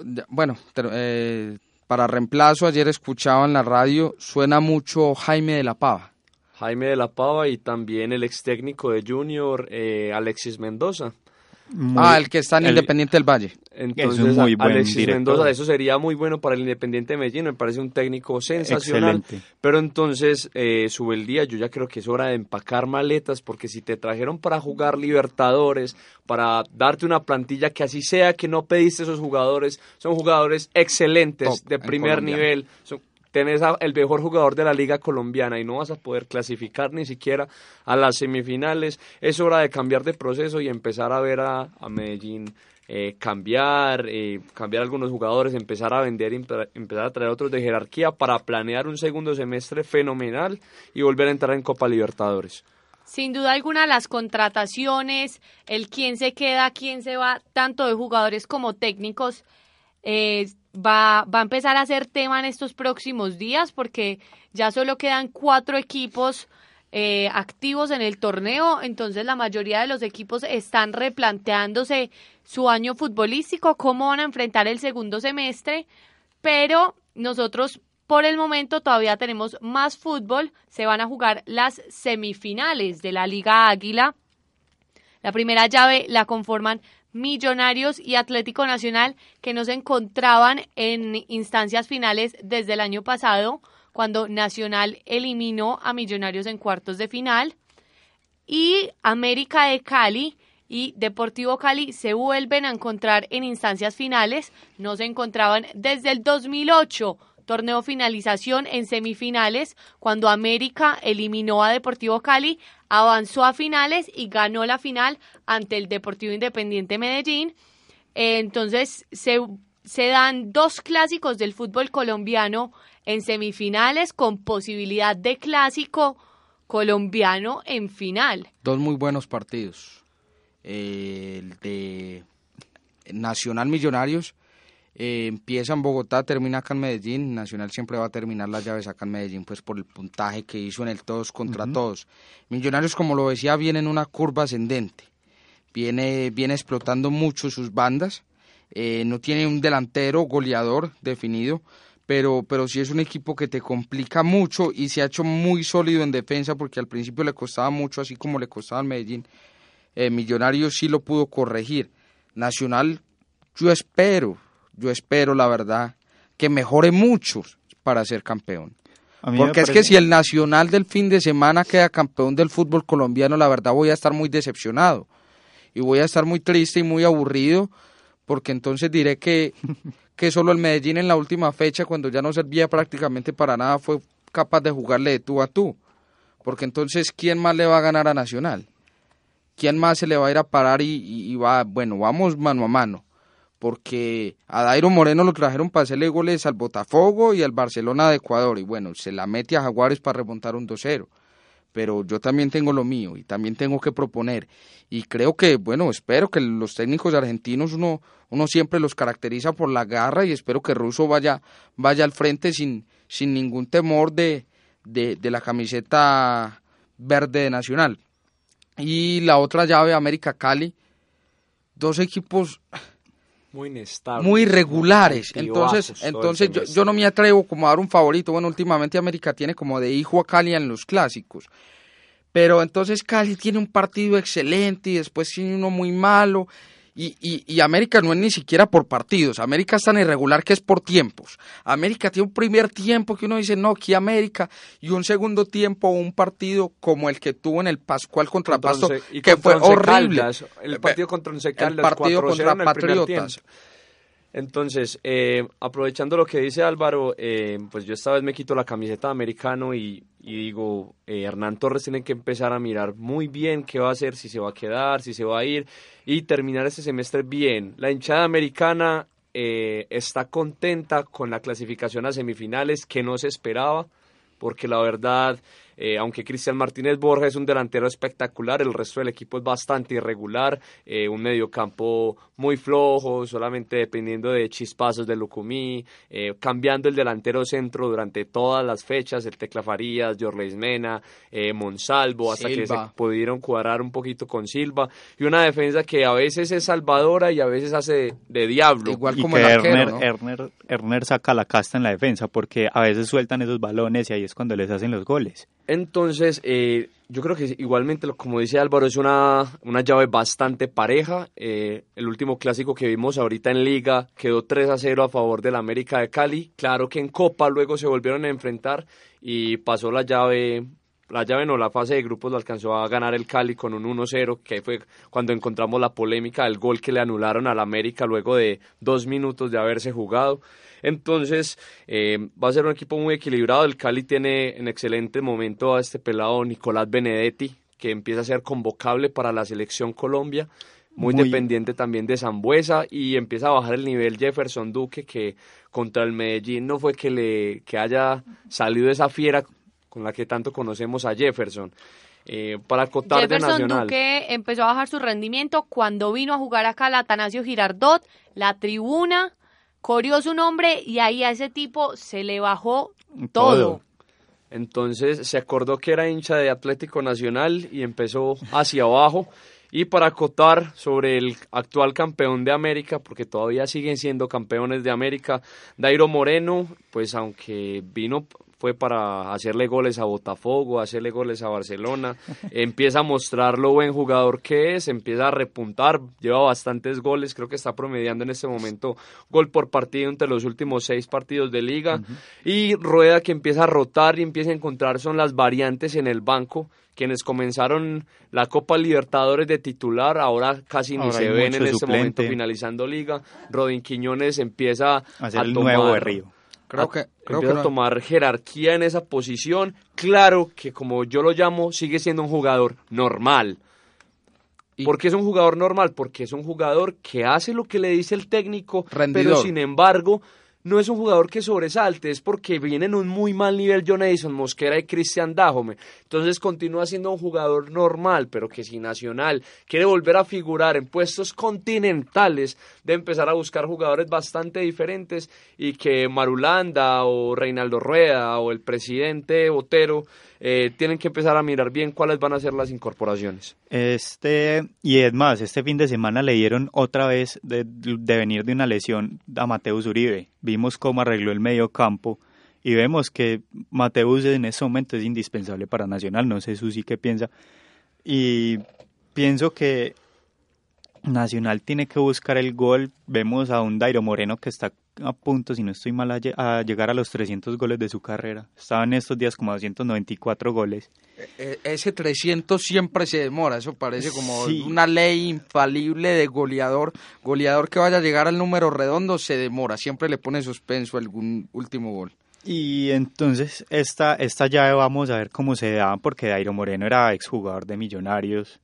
para reemplazo, ayer escuchaba en la radio, suena mucho Jaime de la Pava. Jaime de la Pava y también el ex técnico de Junior, Alexis Mendoza. El que está en Independiente del Valle. Entonces, es un muy buen Alexis director. Mendoza, eso sería muy bueno para el Independiente de Medellín, me parece un técnico sensacional. Excelente. Pero entonces, Subeldía, yo ya creo que es hora de empacar maletas, porque si te trajeron para jugar Libertadores, para darte una plantilla que así sea que no pediste esos jugadores, son jugadores excelentes, de primer nivel, tenés el mejor jugador de la liga colombiana y no vas a poder clasificar ni siquiera a las semifinales. Es hora de cambiar de proceso y empezar a ver a Medellín cambiar algunos jugadores, empezar a vender, empezar a traer otros de jerarquía para planear un segundo semestre fenomenal y volver a entrar en Copa Libertadores. Sin duda alguna, las contrataciones, el quién se queda, quién se va, tanto de jugadores como técnicos, va a empezar a ser tema en estos próximos días, porque ya solo quedan 4 equipos activos en el torneo. Entonces la mayoría de los equipos están replanteándose su año futbolístico, cómo van a enfrentar el segundo semestre, pero nosotros por el momento todavía tenemos más fútbol. Se van a jugar las semifinales de la Liga Águila. La primera llave la conforman Millonarios y Atlético Nacional, que no se encontraban en instancias finales desde el año pasado, cuando Nacional eliminó a Millonarios en cuartos de final. Y América de Cali y Deportivo Cali se vuelven a encontrar en instancias finales. No se encontraban desde el 2008, torneo finalización en semifinales, cuando América eliminó a Deportivo Cali, avanzó a finales y ganó la final ante el Deportivo Independiente Medellín. Entonces se dan dos clásicos del fútbol colombiano en semifinales, con posibilidad de clásico colombiano en final. Dos muy buenos partidos. El de Nacional Millonarios empieza en Bogotá, termina acá en Medellín. Nacional siempre va a terminar las llaves acá en Medellín, pues por el puntaje que hizo en el todos contra todos. Millonarios, como lo decía, viene en una curva ascendente, viene explotando mucho sus bandas, no tiene un delantero goleador definido, pero sí es un equipo que te complica mucho y se ha hecho muy sólido en defensa, porque al principio le costaba mucho, así como le costaba al Medellín. Millonarios sí lo pudo corregir. Nacional, yo espero la verdad que mejore mucho para ser campeón, porque es que si el Nacional del fin de semana queda campeón del fútbol colombiano, la verdad voy a estar muy decepcionado y voy a estar muy triste y muy aburrido, porque entonces diré que solo el Medellín en la última fecha, cuando ya no servía prácticamente para nada, fue capaz de jugarle de tú a tú, porque entonces ¿quién más le va a ganar a Nacional? ¿Quién más se le va a ir a parar y va? Bueno, vamos mano a mano, porque a Dairo Moreno lo trajeron para hacerle goles al Botafogo y al Barcelona de Ecuador, y bueno, se la mete a Jaguares para remontar un 2-0, pero yo también tengo lo mío y también tengo que proponer, y creo que, bueno, espero que los técnicos argentinos uno siempre los caracteriza por la garra, y espero que Russo vaya al frente sin ningún temor de la camiseta verde de Nacional. Y la otra llave, América Cali, dos equipos muy inestables, muy irregulares. Entonces yo no me atrevo como a dar un favorito. Bueno, últimamente América tiene como de hijo a Cali en los clásicos, pero entonces Cali tiene un partido excelente y después tiene uno muy malo, y América no es ni siquiera por partidos. América es tan irregular que es por tiempos. América tiene un primer tiempo que uno dice, no, aquí América, y un segundo tiempo, un partido como el que tuvo en el Pascual contra Pasto, que fue horrible. Caldas, el partido contra Once Caldas, el partido contra Patriotas. Entonces, aprovechando lo que dice Álvaro, pues yo esta vez me quito la camiseta de americano y digo, Hernán Torres tiene que empezar a mirar muy bien qué va a hacer, si se va a quedar, si se va a ir, y terminar este semestre bien. La hinchada americana está contenta con la clasificación a semifinales, que no se esperaba, porque la verdad, aunque Cristian Martínez Borja es un delantero espectacular, el resto del equipo es bastante irregular, un mediocampo muy flojo, solamente dependiendo de chispazos de Lucumí, cambiando el delantero centro durante todas las fechas, el Tecla Farías, Yorleis Mena, Monsalvo, hasta Silva, que se pudieron cuadrar un poquito con Silva, y una defensa que a veces es salvadora y a veces hace de diablo. Igual como el arquero, ¿no? Erner saca la casta en la defensa, porque a veces sueltan esos balones y ahí es cuando les hacen los goles. Entonces, yo creo que igualmente, como dice Álvaro, es una llave bastante pareja. El último clásico que vimos ahorita en Liga quedó 3-0 a favor del América de Cali. Claro que en Copa luego se volvieron a enfrentar y pasó la fase de grupos lo alcanzó a ganar el Cali con un 1-0, que fue cuando encontramos la polémica del gol que le anularon al América luego de 2 minutos de haberse jugado. Entonces, va a ser un equipo muy equilibrado. El Cali tiene en excelente momento a este pelado Nicolás Benedetti, que empieza a ser convocable para la selección Colombia, muy dependiente también de Sambuesa, y empieza a bajar el nivel Jefferson Duque, que contra el Medellín no fue que haya salido esa fiera con la que tanto conocemos a Jefferson. Para acotar Jefferson de Nacional. Duque empezó a bajar su rendimiento cuando vino a jugar acá el Atanasio Girardot, la tribuna corrió su nombre y ahí a ese tipo se le bajó todo. Entonces se acordó que era hincha de Atlético Nacional y empezó hacia abajo. Y para acotar sobre el actual campeón de América, porque todavía siguen siendo campeones de América, Dairo Moreno, pues aunque fue para hacerle goles a Botafogo, hacerle goles a Barcelona, empieza a mostrar lo buen jugador que es, empieza a repuntar, lleva bastantes goles, creo que está promediando en este momento gol por partido entre los últimos 6 partidos de liga, y Rueda, que empieza a rotar y empieza a encontrar son las variantes en el banco, quienes comenzaron la Copa Libertadores de titular, ahora casi ni se ven en este momento finalizando liga. Rodín Quiñones empieza a ser el tomar, nuevo Berrío. Creo que a tomar jerarquía en esa posición. Claro que, como yo lo llamo, sigue siendo un jugador normal. ¿Por qué es un jugador normal? Porque es un jugador que hace lo que le dice el técnico, rendidor. Pero sin embargo no es un jugador que sobresalte, es porque viene en un muy mal nivel John Edison Mosquera y Cristian Dájome. Entonces continúa siendo un jugador normal, pero que si Nacional quiere volver a figurar en puestos continentales, de empezar a buscar jugadores bastante diferentes, y que Marulanda o Reinaldo Rueda o el presidente Botero tienen que empezar a mirar bien cuáles van a ser las incorporaciones. Y es más, este fin de semana le dieron otra vez de venir de una lesión a Mateus Uribe. Vimos cómo arregló el medio campo y vemos que Mateus en ese momento es indispensable para Nacional. No sé, Susi, qué piensa. Y pienso que Nacional tiene que buscar el gol. Vemos a un Dairo Moreno que está a punto, si no estoy mal, a llegar a los 300 goles de su carrera. Estaba en estos días como a 294 goles. Ese 300 siempre se demora, eso parece como una ley infalible de goleador que vaya a llegar al número redondo, se demora, siempre le pone suspenso algún último gol. Y entonces esta llave vamos a ver cómo se da, porque Dairo Moreno era exjugador de Millonarios,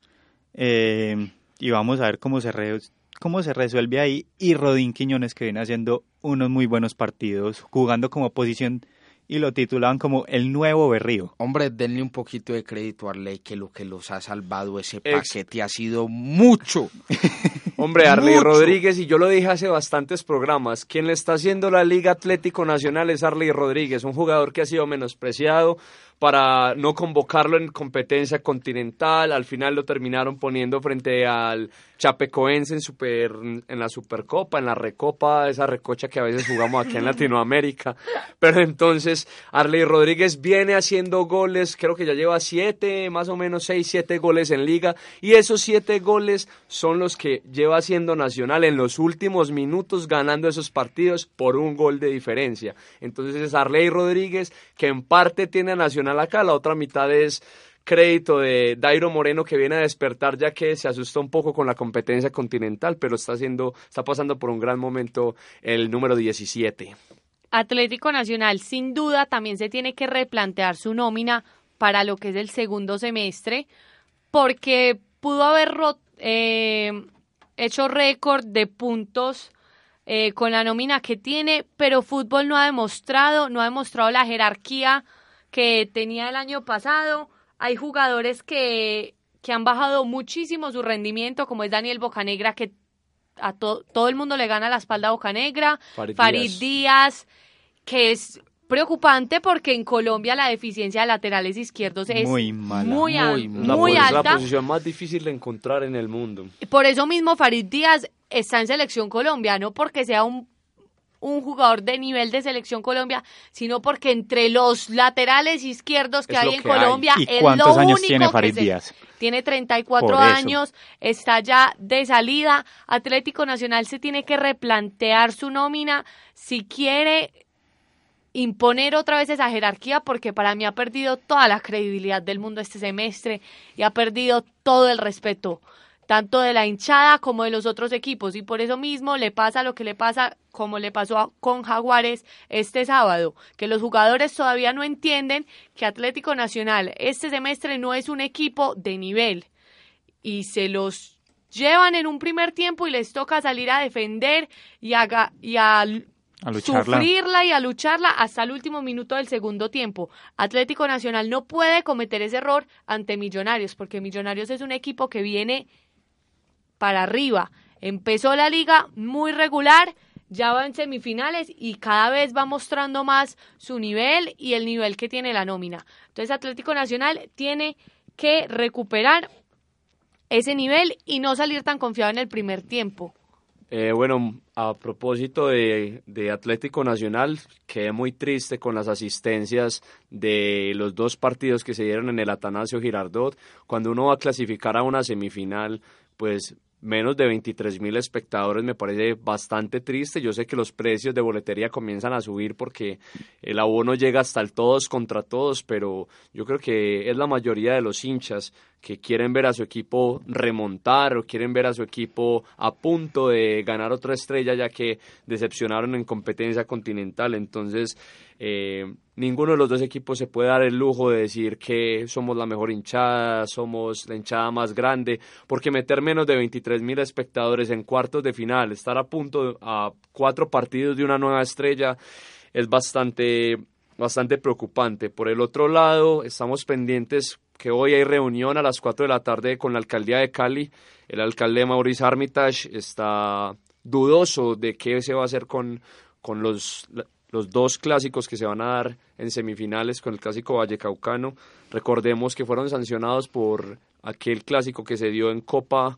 y vamos a ver cómo se resuelve ahí. Y Rodín Quiñones, que viene haciendo unos muy buenos partidos, jugando como posición, y lo titulaban como el nuevo Berrío. Hombre, denle un poquito de crédito a Arley, que lo que los ha salvado ese paquete ha sido mucho. Hombre, Arley Rodríguez, y yo lo dije hace bastantes programas, quien le está haciendo la Liga Atlético Nacional es Arley Rodríguez, un jugador que ha sido menospreciado para no convocarlo en competencia continental. Al final lo terminaron poniendo frente al Chapecoense en la Supercopa, en la Recopa, esa recocha que a veces jugamos aquí en Latinoamérica. Pero entonces Arley Rodríguez viene haciendo goles, creo que ya lleva 7, más o menos 6, 7 goles en liga, y esos 7 goles son los que lleva haciendo Nacional en los últimos minutos, ganando esos partidos por un gol de diferencia. Entonces es Arley Rodríguez, que en parte tiene a Nacional acá, la otra mitad es crédito de Dairo Moreno, que viene a despertar, ya que se asustó un poco con la competencia continental, pero está pasando por un gran momento el número 17. Atlético Nacional sin duda también se tiene que replantear su nómina para lo que es el segundo semestre, porque pudo haber hecho récord de puntos con la nómina que tiene, pero fútbol no ha demostrado la jerarquía que tenía el año pasado. Hay jugadores que han bajado muchísimo su rendimiento, como es Daniel Bocanegra, que a todo el mundo le gana la espalda a Bocanegra, Farid Díaz, que es preocupante porque en Colombia la deficiencia de laterales izquierdos es muy alta. Es la posición más difícil de encontrar en el mundo. Por eso mismo Farid Díaz está en Selección Colombia, no porque sea un jugador de nivel de Selección Colombia, sino porque entre los laterales izquierdos que hay en Colombia, ¿Y cuántos años tiene Farid Díaz? Tiene 34 años, está ya de salida. Atlético Nacional se tiene que replantear su nómina si quiere imponer otra vez esa jerarquía, porque para mí ha perdido toda la credibilidad del mundo este semestre y ha perdido todo el respeto, tanto de la hinchada como de los otros equipos, y por eso mismo le pasa lo que le pasa, como le pasó con Jaguares este sábado, que los jugadores todavía no entienden que Atlético Nacional este semestre no es un equipo de nivel, y se los llevan en un primer tiempo y les toca salir a defender y a sufrirla y a lucharla hasta el último minuto del segundo tiempo. Atlético Nacional no puede cometer ese error ante Millonarios, porque Millonarios es un equipo que viene para arriba. Empezó la liga muy regular, ya va en semifinales y cada vez va mostrando más su nivel y el nivel que tiene la nómina. Entonces Atlético Nacional tiene que recuperar ese nivel y no salir tan confiado en el primer tiempo. Bueno, a propósito de Atlético Nacional, quedé muy triste con las asistencias de los 2 partidos que se dieron en el Atanasio Girardot. Cuando uno va a clasificar a una semifinal, pues menos de 23.000 espectadores me parece bastante triste. Yo sé que los precios de boletería comienzan a subir porque el abono llega hasta el todos contra todos, pero yo creo que es la mayoría de los hinchas que quieren ver a su equipo remontar o quieren ver a su equipo a punto de ganar otra estrella, ya que decepcionaron en competencia continental. Entonces, ninguno de los 2 equipos se puede dar el lujo de decir que somos la mejor hinchada, somos la hinchada más grande, porque meter menos de 23.000 espectadores en cuartos de final, estar a punto a 4 partidos de una nueva estrella, es bastante preocupante. Por el otro lado, estamos pendientes que hoy hay reunión a las 4 de la tarde con la alcaldía de Cali. El alcalde Maurice Armitage está dudoso de qué se va a hacer con los 2 clásicos que se van a dar en semifinales, con el clásico vallecaucano. Recordemos que fueron sancionados por aquel clásico que se dio en Copa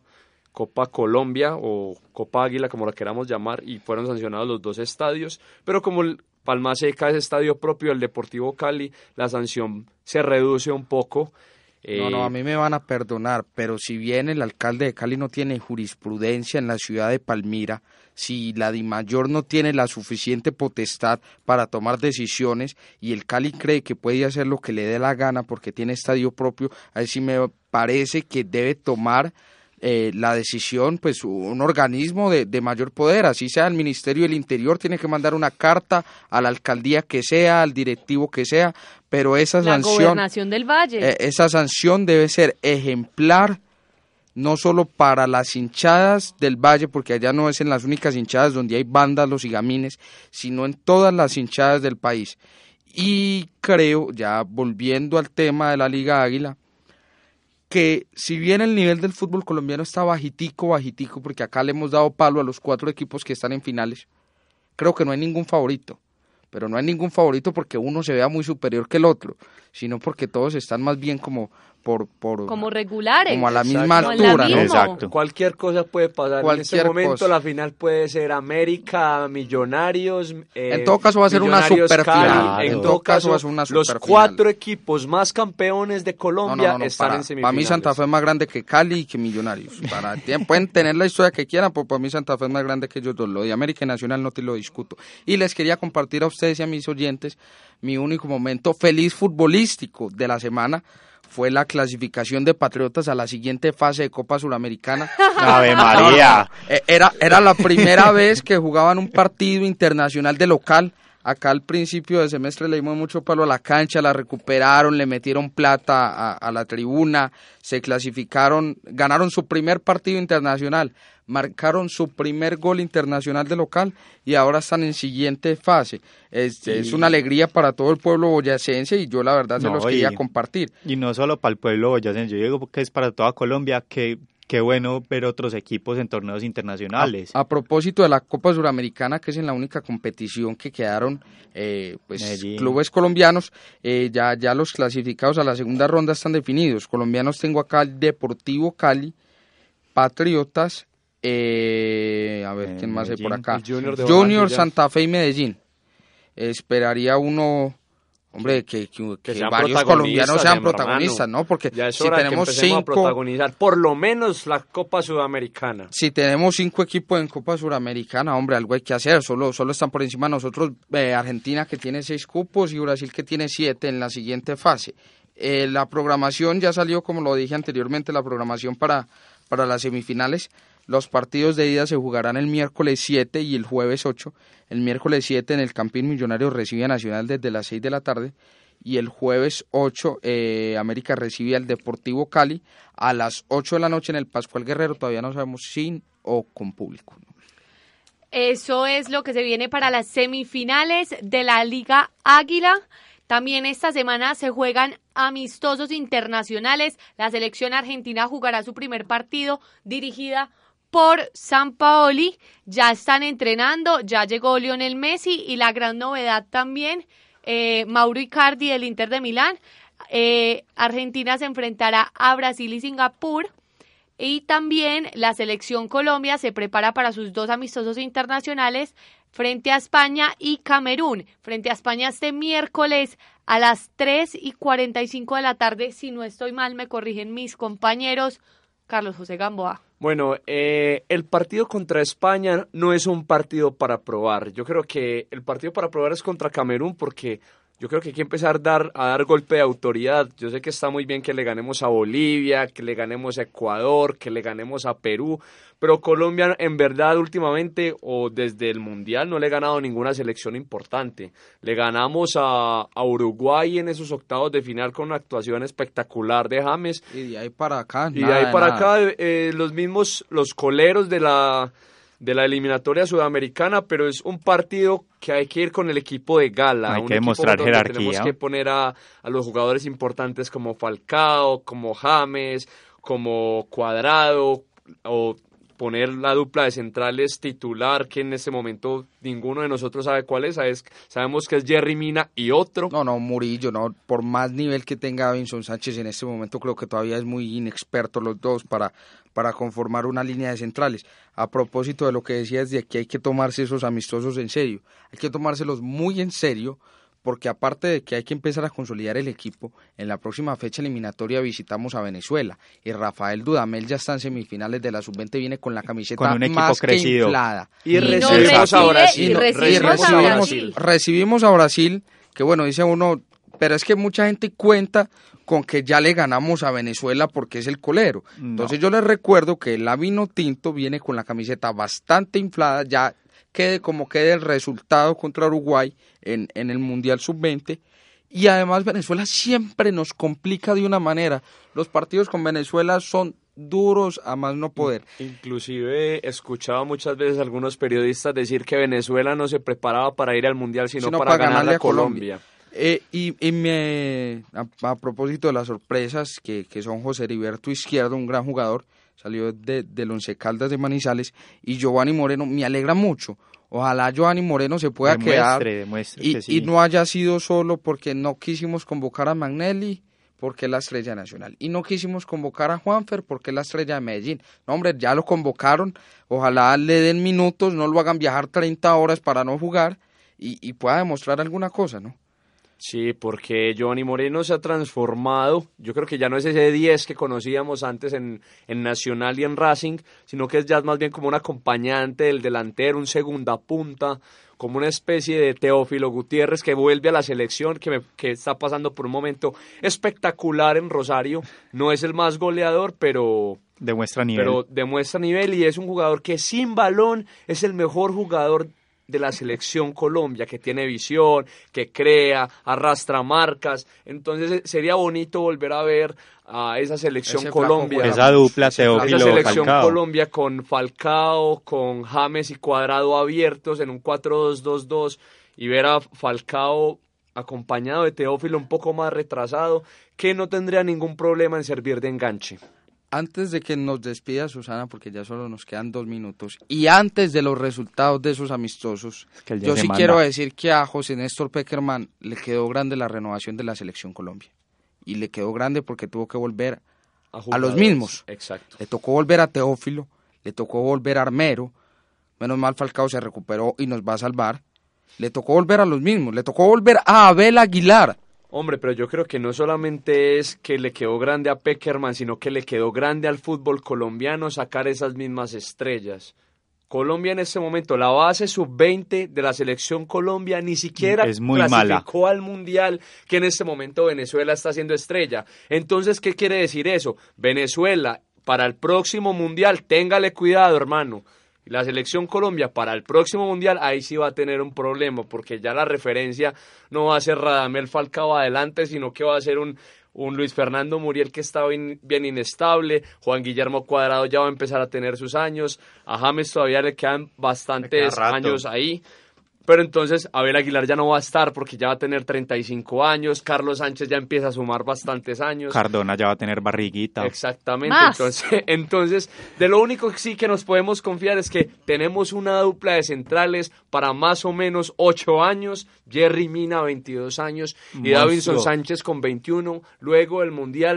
Colombia o Copa Águila, como la queramos llamar, y fueron sancionados los 2 estadios, pero como Palma Seca es estadio propio del Deportivo Cali, la sanción se reduce un poco. No, a mí me van a perdonar, pero si bien el alcalde de Cali no tiene jurisprudencia en la ciudad de Palmira, si la DIMAYOR no tiene la suficiente potestad para tomar decisiones y el Cali cree que puede hacer lo que le dé la gana porque tiene estadio propio, ahí sí me parece que debe tomar la decisión, pues un organismo de mayor poder, así sea el Ministerio del Interior, tiene que mandar una carta a la alcaldía que sea, al directivo que sea, pero esa sanción, la Gobernación del Valle, esa sanción debe ser ejemplar, no solo para las hinchadas del Valle, porque allá no es en las únicas hinchadas donde hay vándalos y gamines, sino en todas las hinchadas del país. Y creo, ya volviendo al tema de la Liga Águila, que si bien el nivel del fútbol colombiano está bajitico, porque acá le hemos dado palo a los 4 equipos que están en finales, creo que no hay ningún favorito, pero no hay ningún favorito porque uno se vea muy superior que el otro, sino porque todos están más bien como como regulares, como a la Exacto. misma altura, ¿no? Exacto. Cualquier cosa puede pasar. En este momento cosa. La final puede ser América, Millonarios. En todo caso va a ser una superfinal. En todo caso va a ser una superfinal. Los 4 equipos más campeones de Colombia están en semifinales. Para mí Santa Fe es más grande que Cali y que Millonarios. Pueden tener la historia que quieran, pero para mí Santa Fe es más grande que ellos 2. Lo de América y Nacional no te lo discuto. Y les quería compartir a ustedes y a mis oyentes mi único momento feliz futbolístico de la semana. Fue la clasificación de Patriotas a la siguiente fase de Copa Suramericana. ¡Ave María! Era la primera vez que jugaban un partido internacional de local. Acá al principio de semestre le dimos mucho palo a la cancha, la recuperaron, le metieron plata a la tribuna, se clasificaron, ganaron su primer partido internacional, marcaron su primer gol internacional de local y ahora están en siguiente fase. Es una alegría para todo el pueblo boyacense y yo la verdad se los quería compartir. Y no solo para el pueblo boyacense, yo digo que es para toda Colombia, que qué bueno ver otros equipos en torneos internacionales. A propósito de la Copa Suramericana, que es en la única competición que quedaron clubes colombianos, ya los clasificados a la segunda ronda están definidos. Colombianos tengo acá el Deportivo Cali, Patriotas, ¿quién más hay por acá? Junior, Santa Fe y Medellín. Esperaría uno... Hombre, que varios colombianos sean protagonistas, ¿no? Porque ya es si hora tenemos que 5... a protagonizar por lo menos la Copa Sudamericana. Si tenemos 5 equipos en Copa Suramericana, hombre, algo hay que hacer. Solo están por encima de nosotros Argentina, que tiene 6 cupos, y Brasil, que tiene 7 en la siguiente fase. La programación ya salió, como lo dije anteriormente, la programación para las semifinales. Los partidos de ida se jugarán el miércoles 7 y el jueves 8. El miércoles 7 en el Campín Millonarios recibe a Nacional desde las 6 de la tarde. Y el jueves 8 América recibe al Deportivo Cali a las 8 de la noche en el Pascual Guerrero. Todavía no sabemos sin o con público. Eso es lo que se viene para las semifinales de la Liga Águila. También esta semana se juegan amistosos internacionales. La selección argentina jugará su primer partido dirigida por Sampaoli. Ya están entrenando, ya llegó Lionel Messi y la gran novedad también, Mauro Icardi del Inter de Milán. Argentina se enfrentará a Brasil y Singapur. Y también la selección Colombia se prepara para sus 2 amistosos internacionales frente a España y Camerún. Frente a España este miércoles a las 3:45 de la tarde. Si no estoy mal, me corrigen mis compañeros. Carlos José Gamboa. Bueno, el partido contra España no es un partido para probar. Yo creo que el partido para probar es contra Camerún porque yo creo que hay que empezar a dar golpe de autoridad. Yo sé que está muy bien que le ganemos a Bolivia, que le ganemos a Ecuador, que le ganemos a Perú, pero Colombia en verdad últimamente o desde el Mundial no le ha ganado ninguna selección importante. Le ganamos a Uruguay en esos octavos de final con una actuación espectacular de James. Y de ahí para acá, los coleros de la eliminatoria sudamericana, pero es un partido que hay que ir con el equipo de gala. Hay que demostrar jerarquía. Tenemos que poner a los jugadores importantes como Falcao, como James, como Cuadrado, o poner la dupla de centrales titular, que en este momento ninguno de nosotros sabe cuál es. Sabemos que es Jerry Mina y otro. No, Murillo, no, por más nivel que tenga Davinson Sánchez en este momento, creo que todavía es muy inexperto los dos para conformar una línea de centrales. A propósito de lo que decías de que hay que tomarse esos amistosos en serio, hay que tomárselos muy en serio, porque aparte de que hay que empezar a consolidar el equipo, en la próxima fecha eliminatoria visitamos a Venezuela, y Rafael Dudamel ya está en semifinales de la Sub-20, viene con la camiseta con un equipo más crecido. que inflada. Y recibimos a Brasil. Recibimos a Brasil, que bueno, dice uno, pero es que mucha gente cuenta con que ya le ganamos a Venezuela porque es el colero. No. Entonces yo les recuerdo que el vino tinto viene con la camiseta bastante inflada, ya quede como quede el resultado contra Uruguay en el Mundial Sub-20, y además Venezuela siempre nos complica de una manera. Los partidos con Venezuela son duros a más no poder. Inclusive he escuchado muchas veces a algunos periodistas decir que Venezuela no se preparaba para ir al Mundial, sino para ganarle a Colombia. A propósito de las sorpresas que son José Heriberto Izquierdo, un gran jugador, salió del Once Caldas de Manizales, y Giovanni Moreno, me alegra mucho. Ojalá Giovanni Moreno se pueda demuestre y, que sí. y no haya sido solo porque no quisimos convocar a Magnelli, porque es la estrella nacional, y no quisimos convocar a Juanfer porque es la estrella de Medellín. No, hombre, ya lo convocaron, ojalá le den minutos, no lo hagan viajar 30 horas para no jugar y pueda demostrar alguna cosa, ¿no? Sí, porque Giovanni Moreno se ha transformado. Yo creo que ya no es ese 10 que conocíamos antes en Nacional y en Racing, sino que es ya más bien como un acompañante del delantero, un segunda punta, como una especie de Teófilo Gutiérrez que vuelve a la selección, que está pasando por un momento espectacular en Rosario. No es el más goleador, pero demuestra nivel. Pero demuestra nivel, y es un jugador que sin balón es el mejor jugador de la selección Colombia, que tiene visión, que crea, arrastra marcas. Entonces sería bonito volver a ver a esa selección Colombia, esa dupla Teófilo, esa selección Falcao. Colombia con Falcao, con James y Cuadrado abiertos en un 4-2-2-2, y ver a Falcao acompañado de Teófilo un poco más retrasado, que no tendría ningún problema en servir de enganche. Antes de que nos despida Susana, porque ya solo nos quedan 2 minutos, y antes de los resultados de esos amistosos, yo sí quiero decir que a José Néstor Pekerman le quedó grande la renovación de la Selección Colombia. Y le quedó grande porque tuvo que volver a los mismos. Exacto. Le tocó volver a Teófilo, le tocó volver a Armero, menos mal Falcao se recuperó y nos va a salvar. Le tocó volver a los mismos, le tocó volver a Abel Aguilar. Hombre, pero yo creo que no solamente es que le quedó grande a Pekerman, sino que le quedó grande al fútbol colombiano sacar esas mismas estrellas. Colombia en este momento, la base sub-20 de la selección Colombia ni siquiera es muy clasificó mala al Mundial, que en este momento Venezuela está haciendo estrella. Entonces, ¿qué quiere decir eso? Venezuela, para el próximo Mundial, téngale cuidado, hermano. La selección Colombia para el próximo Mundial, ahí sí va a tener un problema, porque ya la referencia no va a ser Radamel Falcao adelante, sino que va a ser un Luis Fernando Muriel que está bien inestable. Juan Guillermo Cuadrado ya va a empezar a tener sus años, a James todavía le quedan bastantes años ahí. Pero entonces Abel Aguilar ya no va a estar porque ya va a tener 35 años, Carlos Sánchez ya empieza a sumar bastantes años. Cardona ya va a tener barriguita. Exactamente, entonces de lo único que sí que nos podemos confiar es que tenemos una dupla de centrales para más o menos 8 años, Jerry Mina 22 años y Davinson Sánchez con 21, luego del Mundial.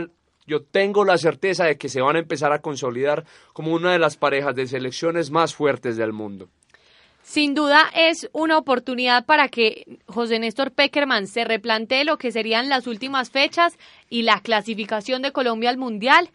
yo tengo la certeza de que se van a empezar a consolidar como una de las parejas de selecciones más fuertes del mundo. Sin duda es una oportunidad para que José Néstor Pekerman se replantee lo que serían las últimas fechas y la clasificación de Colombia al Mundial.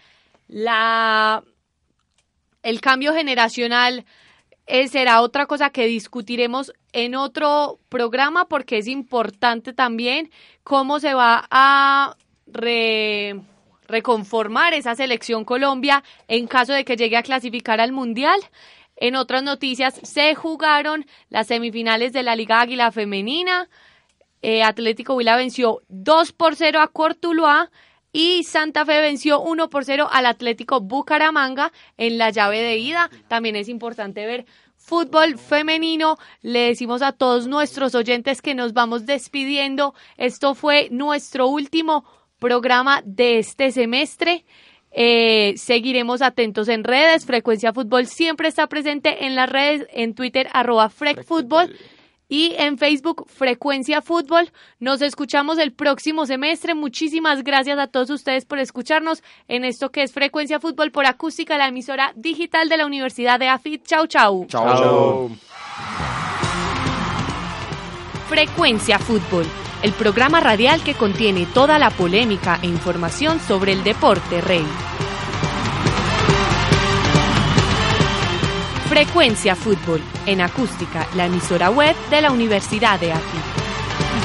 El cambio generacional será otra cosa que discutiremos en otro programa, porque es importante también cómo se va a reconformar esa selección Colombia en caso de que llegue a clasificar al Mundial. En otras noticias, se jugaron las semifinales de la Liga Águila Femenina. Atlético Huila venció 2-0 a Cortuluá y Santa Fe venció 1-0 al Atlético Bucaramanga en la llave de ida. También es importante ver fútbol femenino. Le decimos a todos nuestros oyentes que nos vamos despidiendo. Esto fue nuestro último programa de este semestre. Seguiremos atentos en redes. Frecuencia Fútbol siempre está presente en las redes, en Twitter @FrecFútbol y en Facebook Frecuencia Fútbol. Nos escuchamos el próximo semestre. Muchísimas gracias a todos ustedes por escucharnos en esto que es Frecuencia Fútbol por Acústica, la emisora digital de la Universidad de EAFIT. Chau, chau. Chau. Frecuencia Fútbol, el programa radial que contiene toda la polémica e información sobre el deporte rey. Frecuencia Fútbol, en Acústica, la emisora web de la Universidad de EAFIT.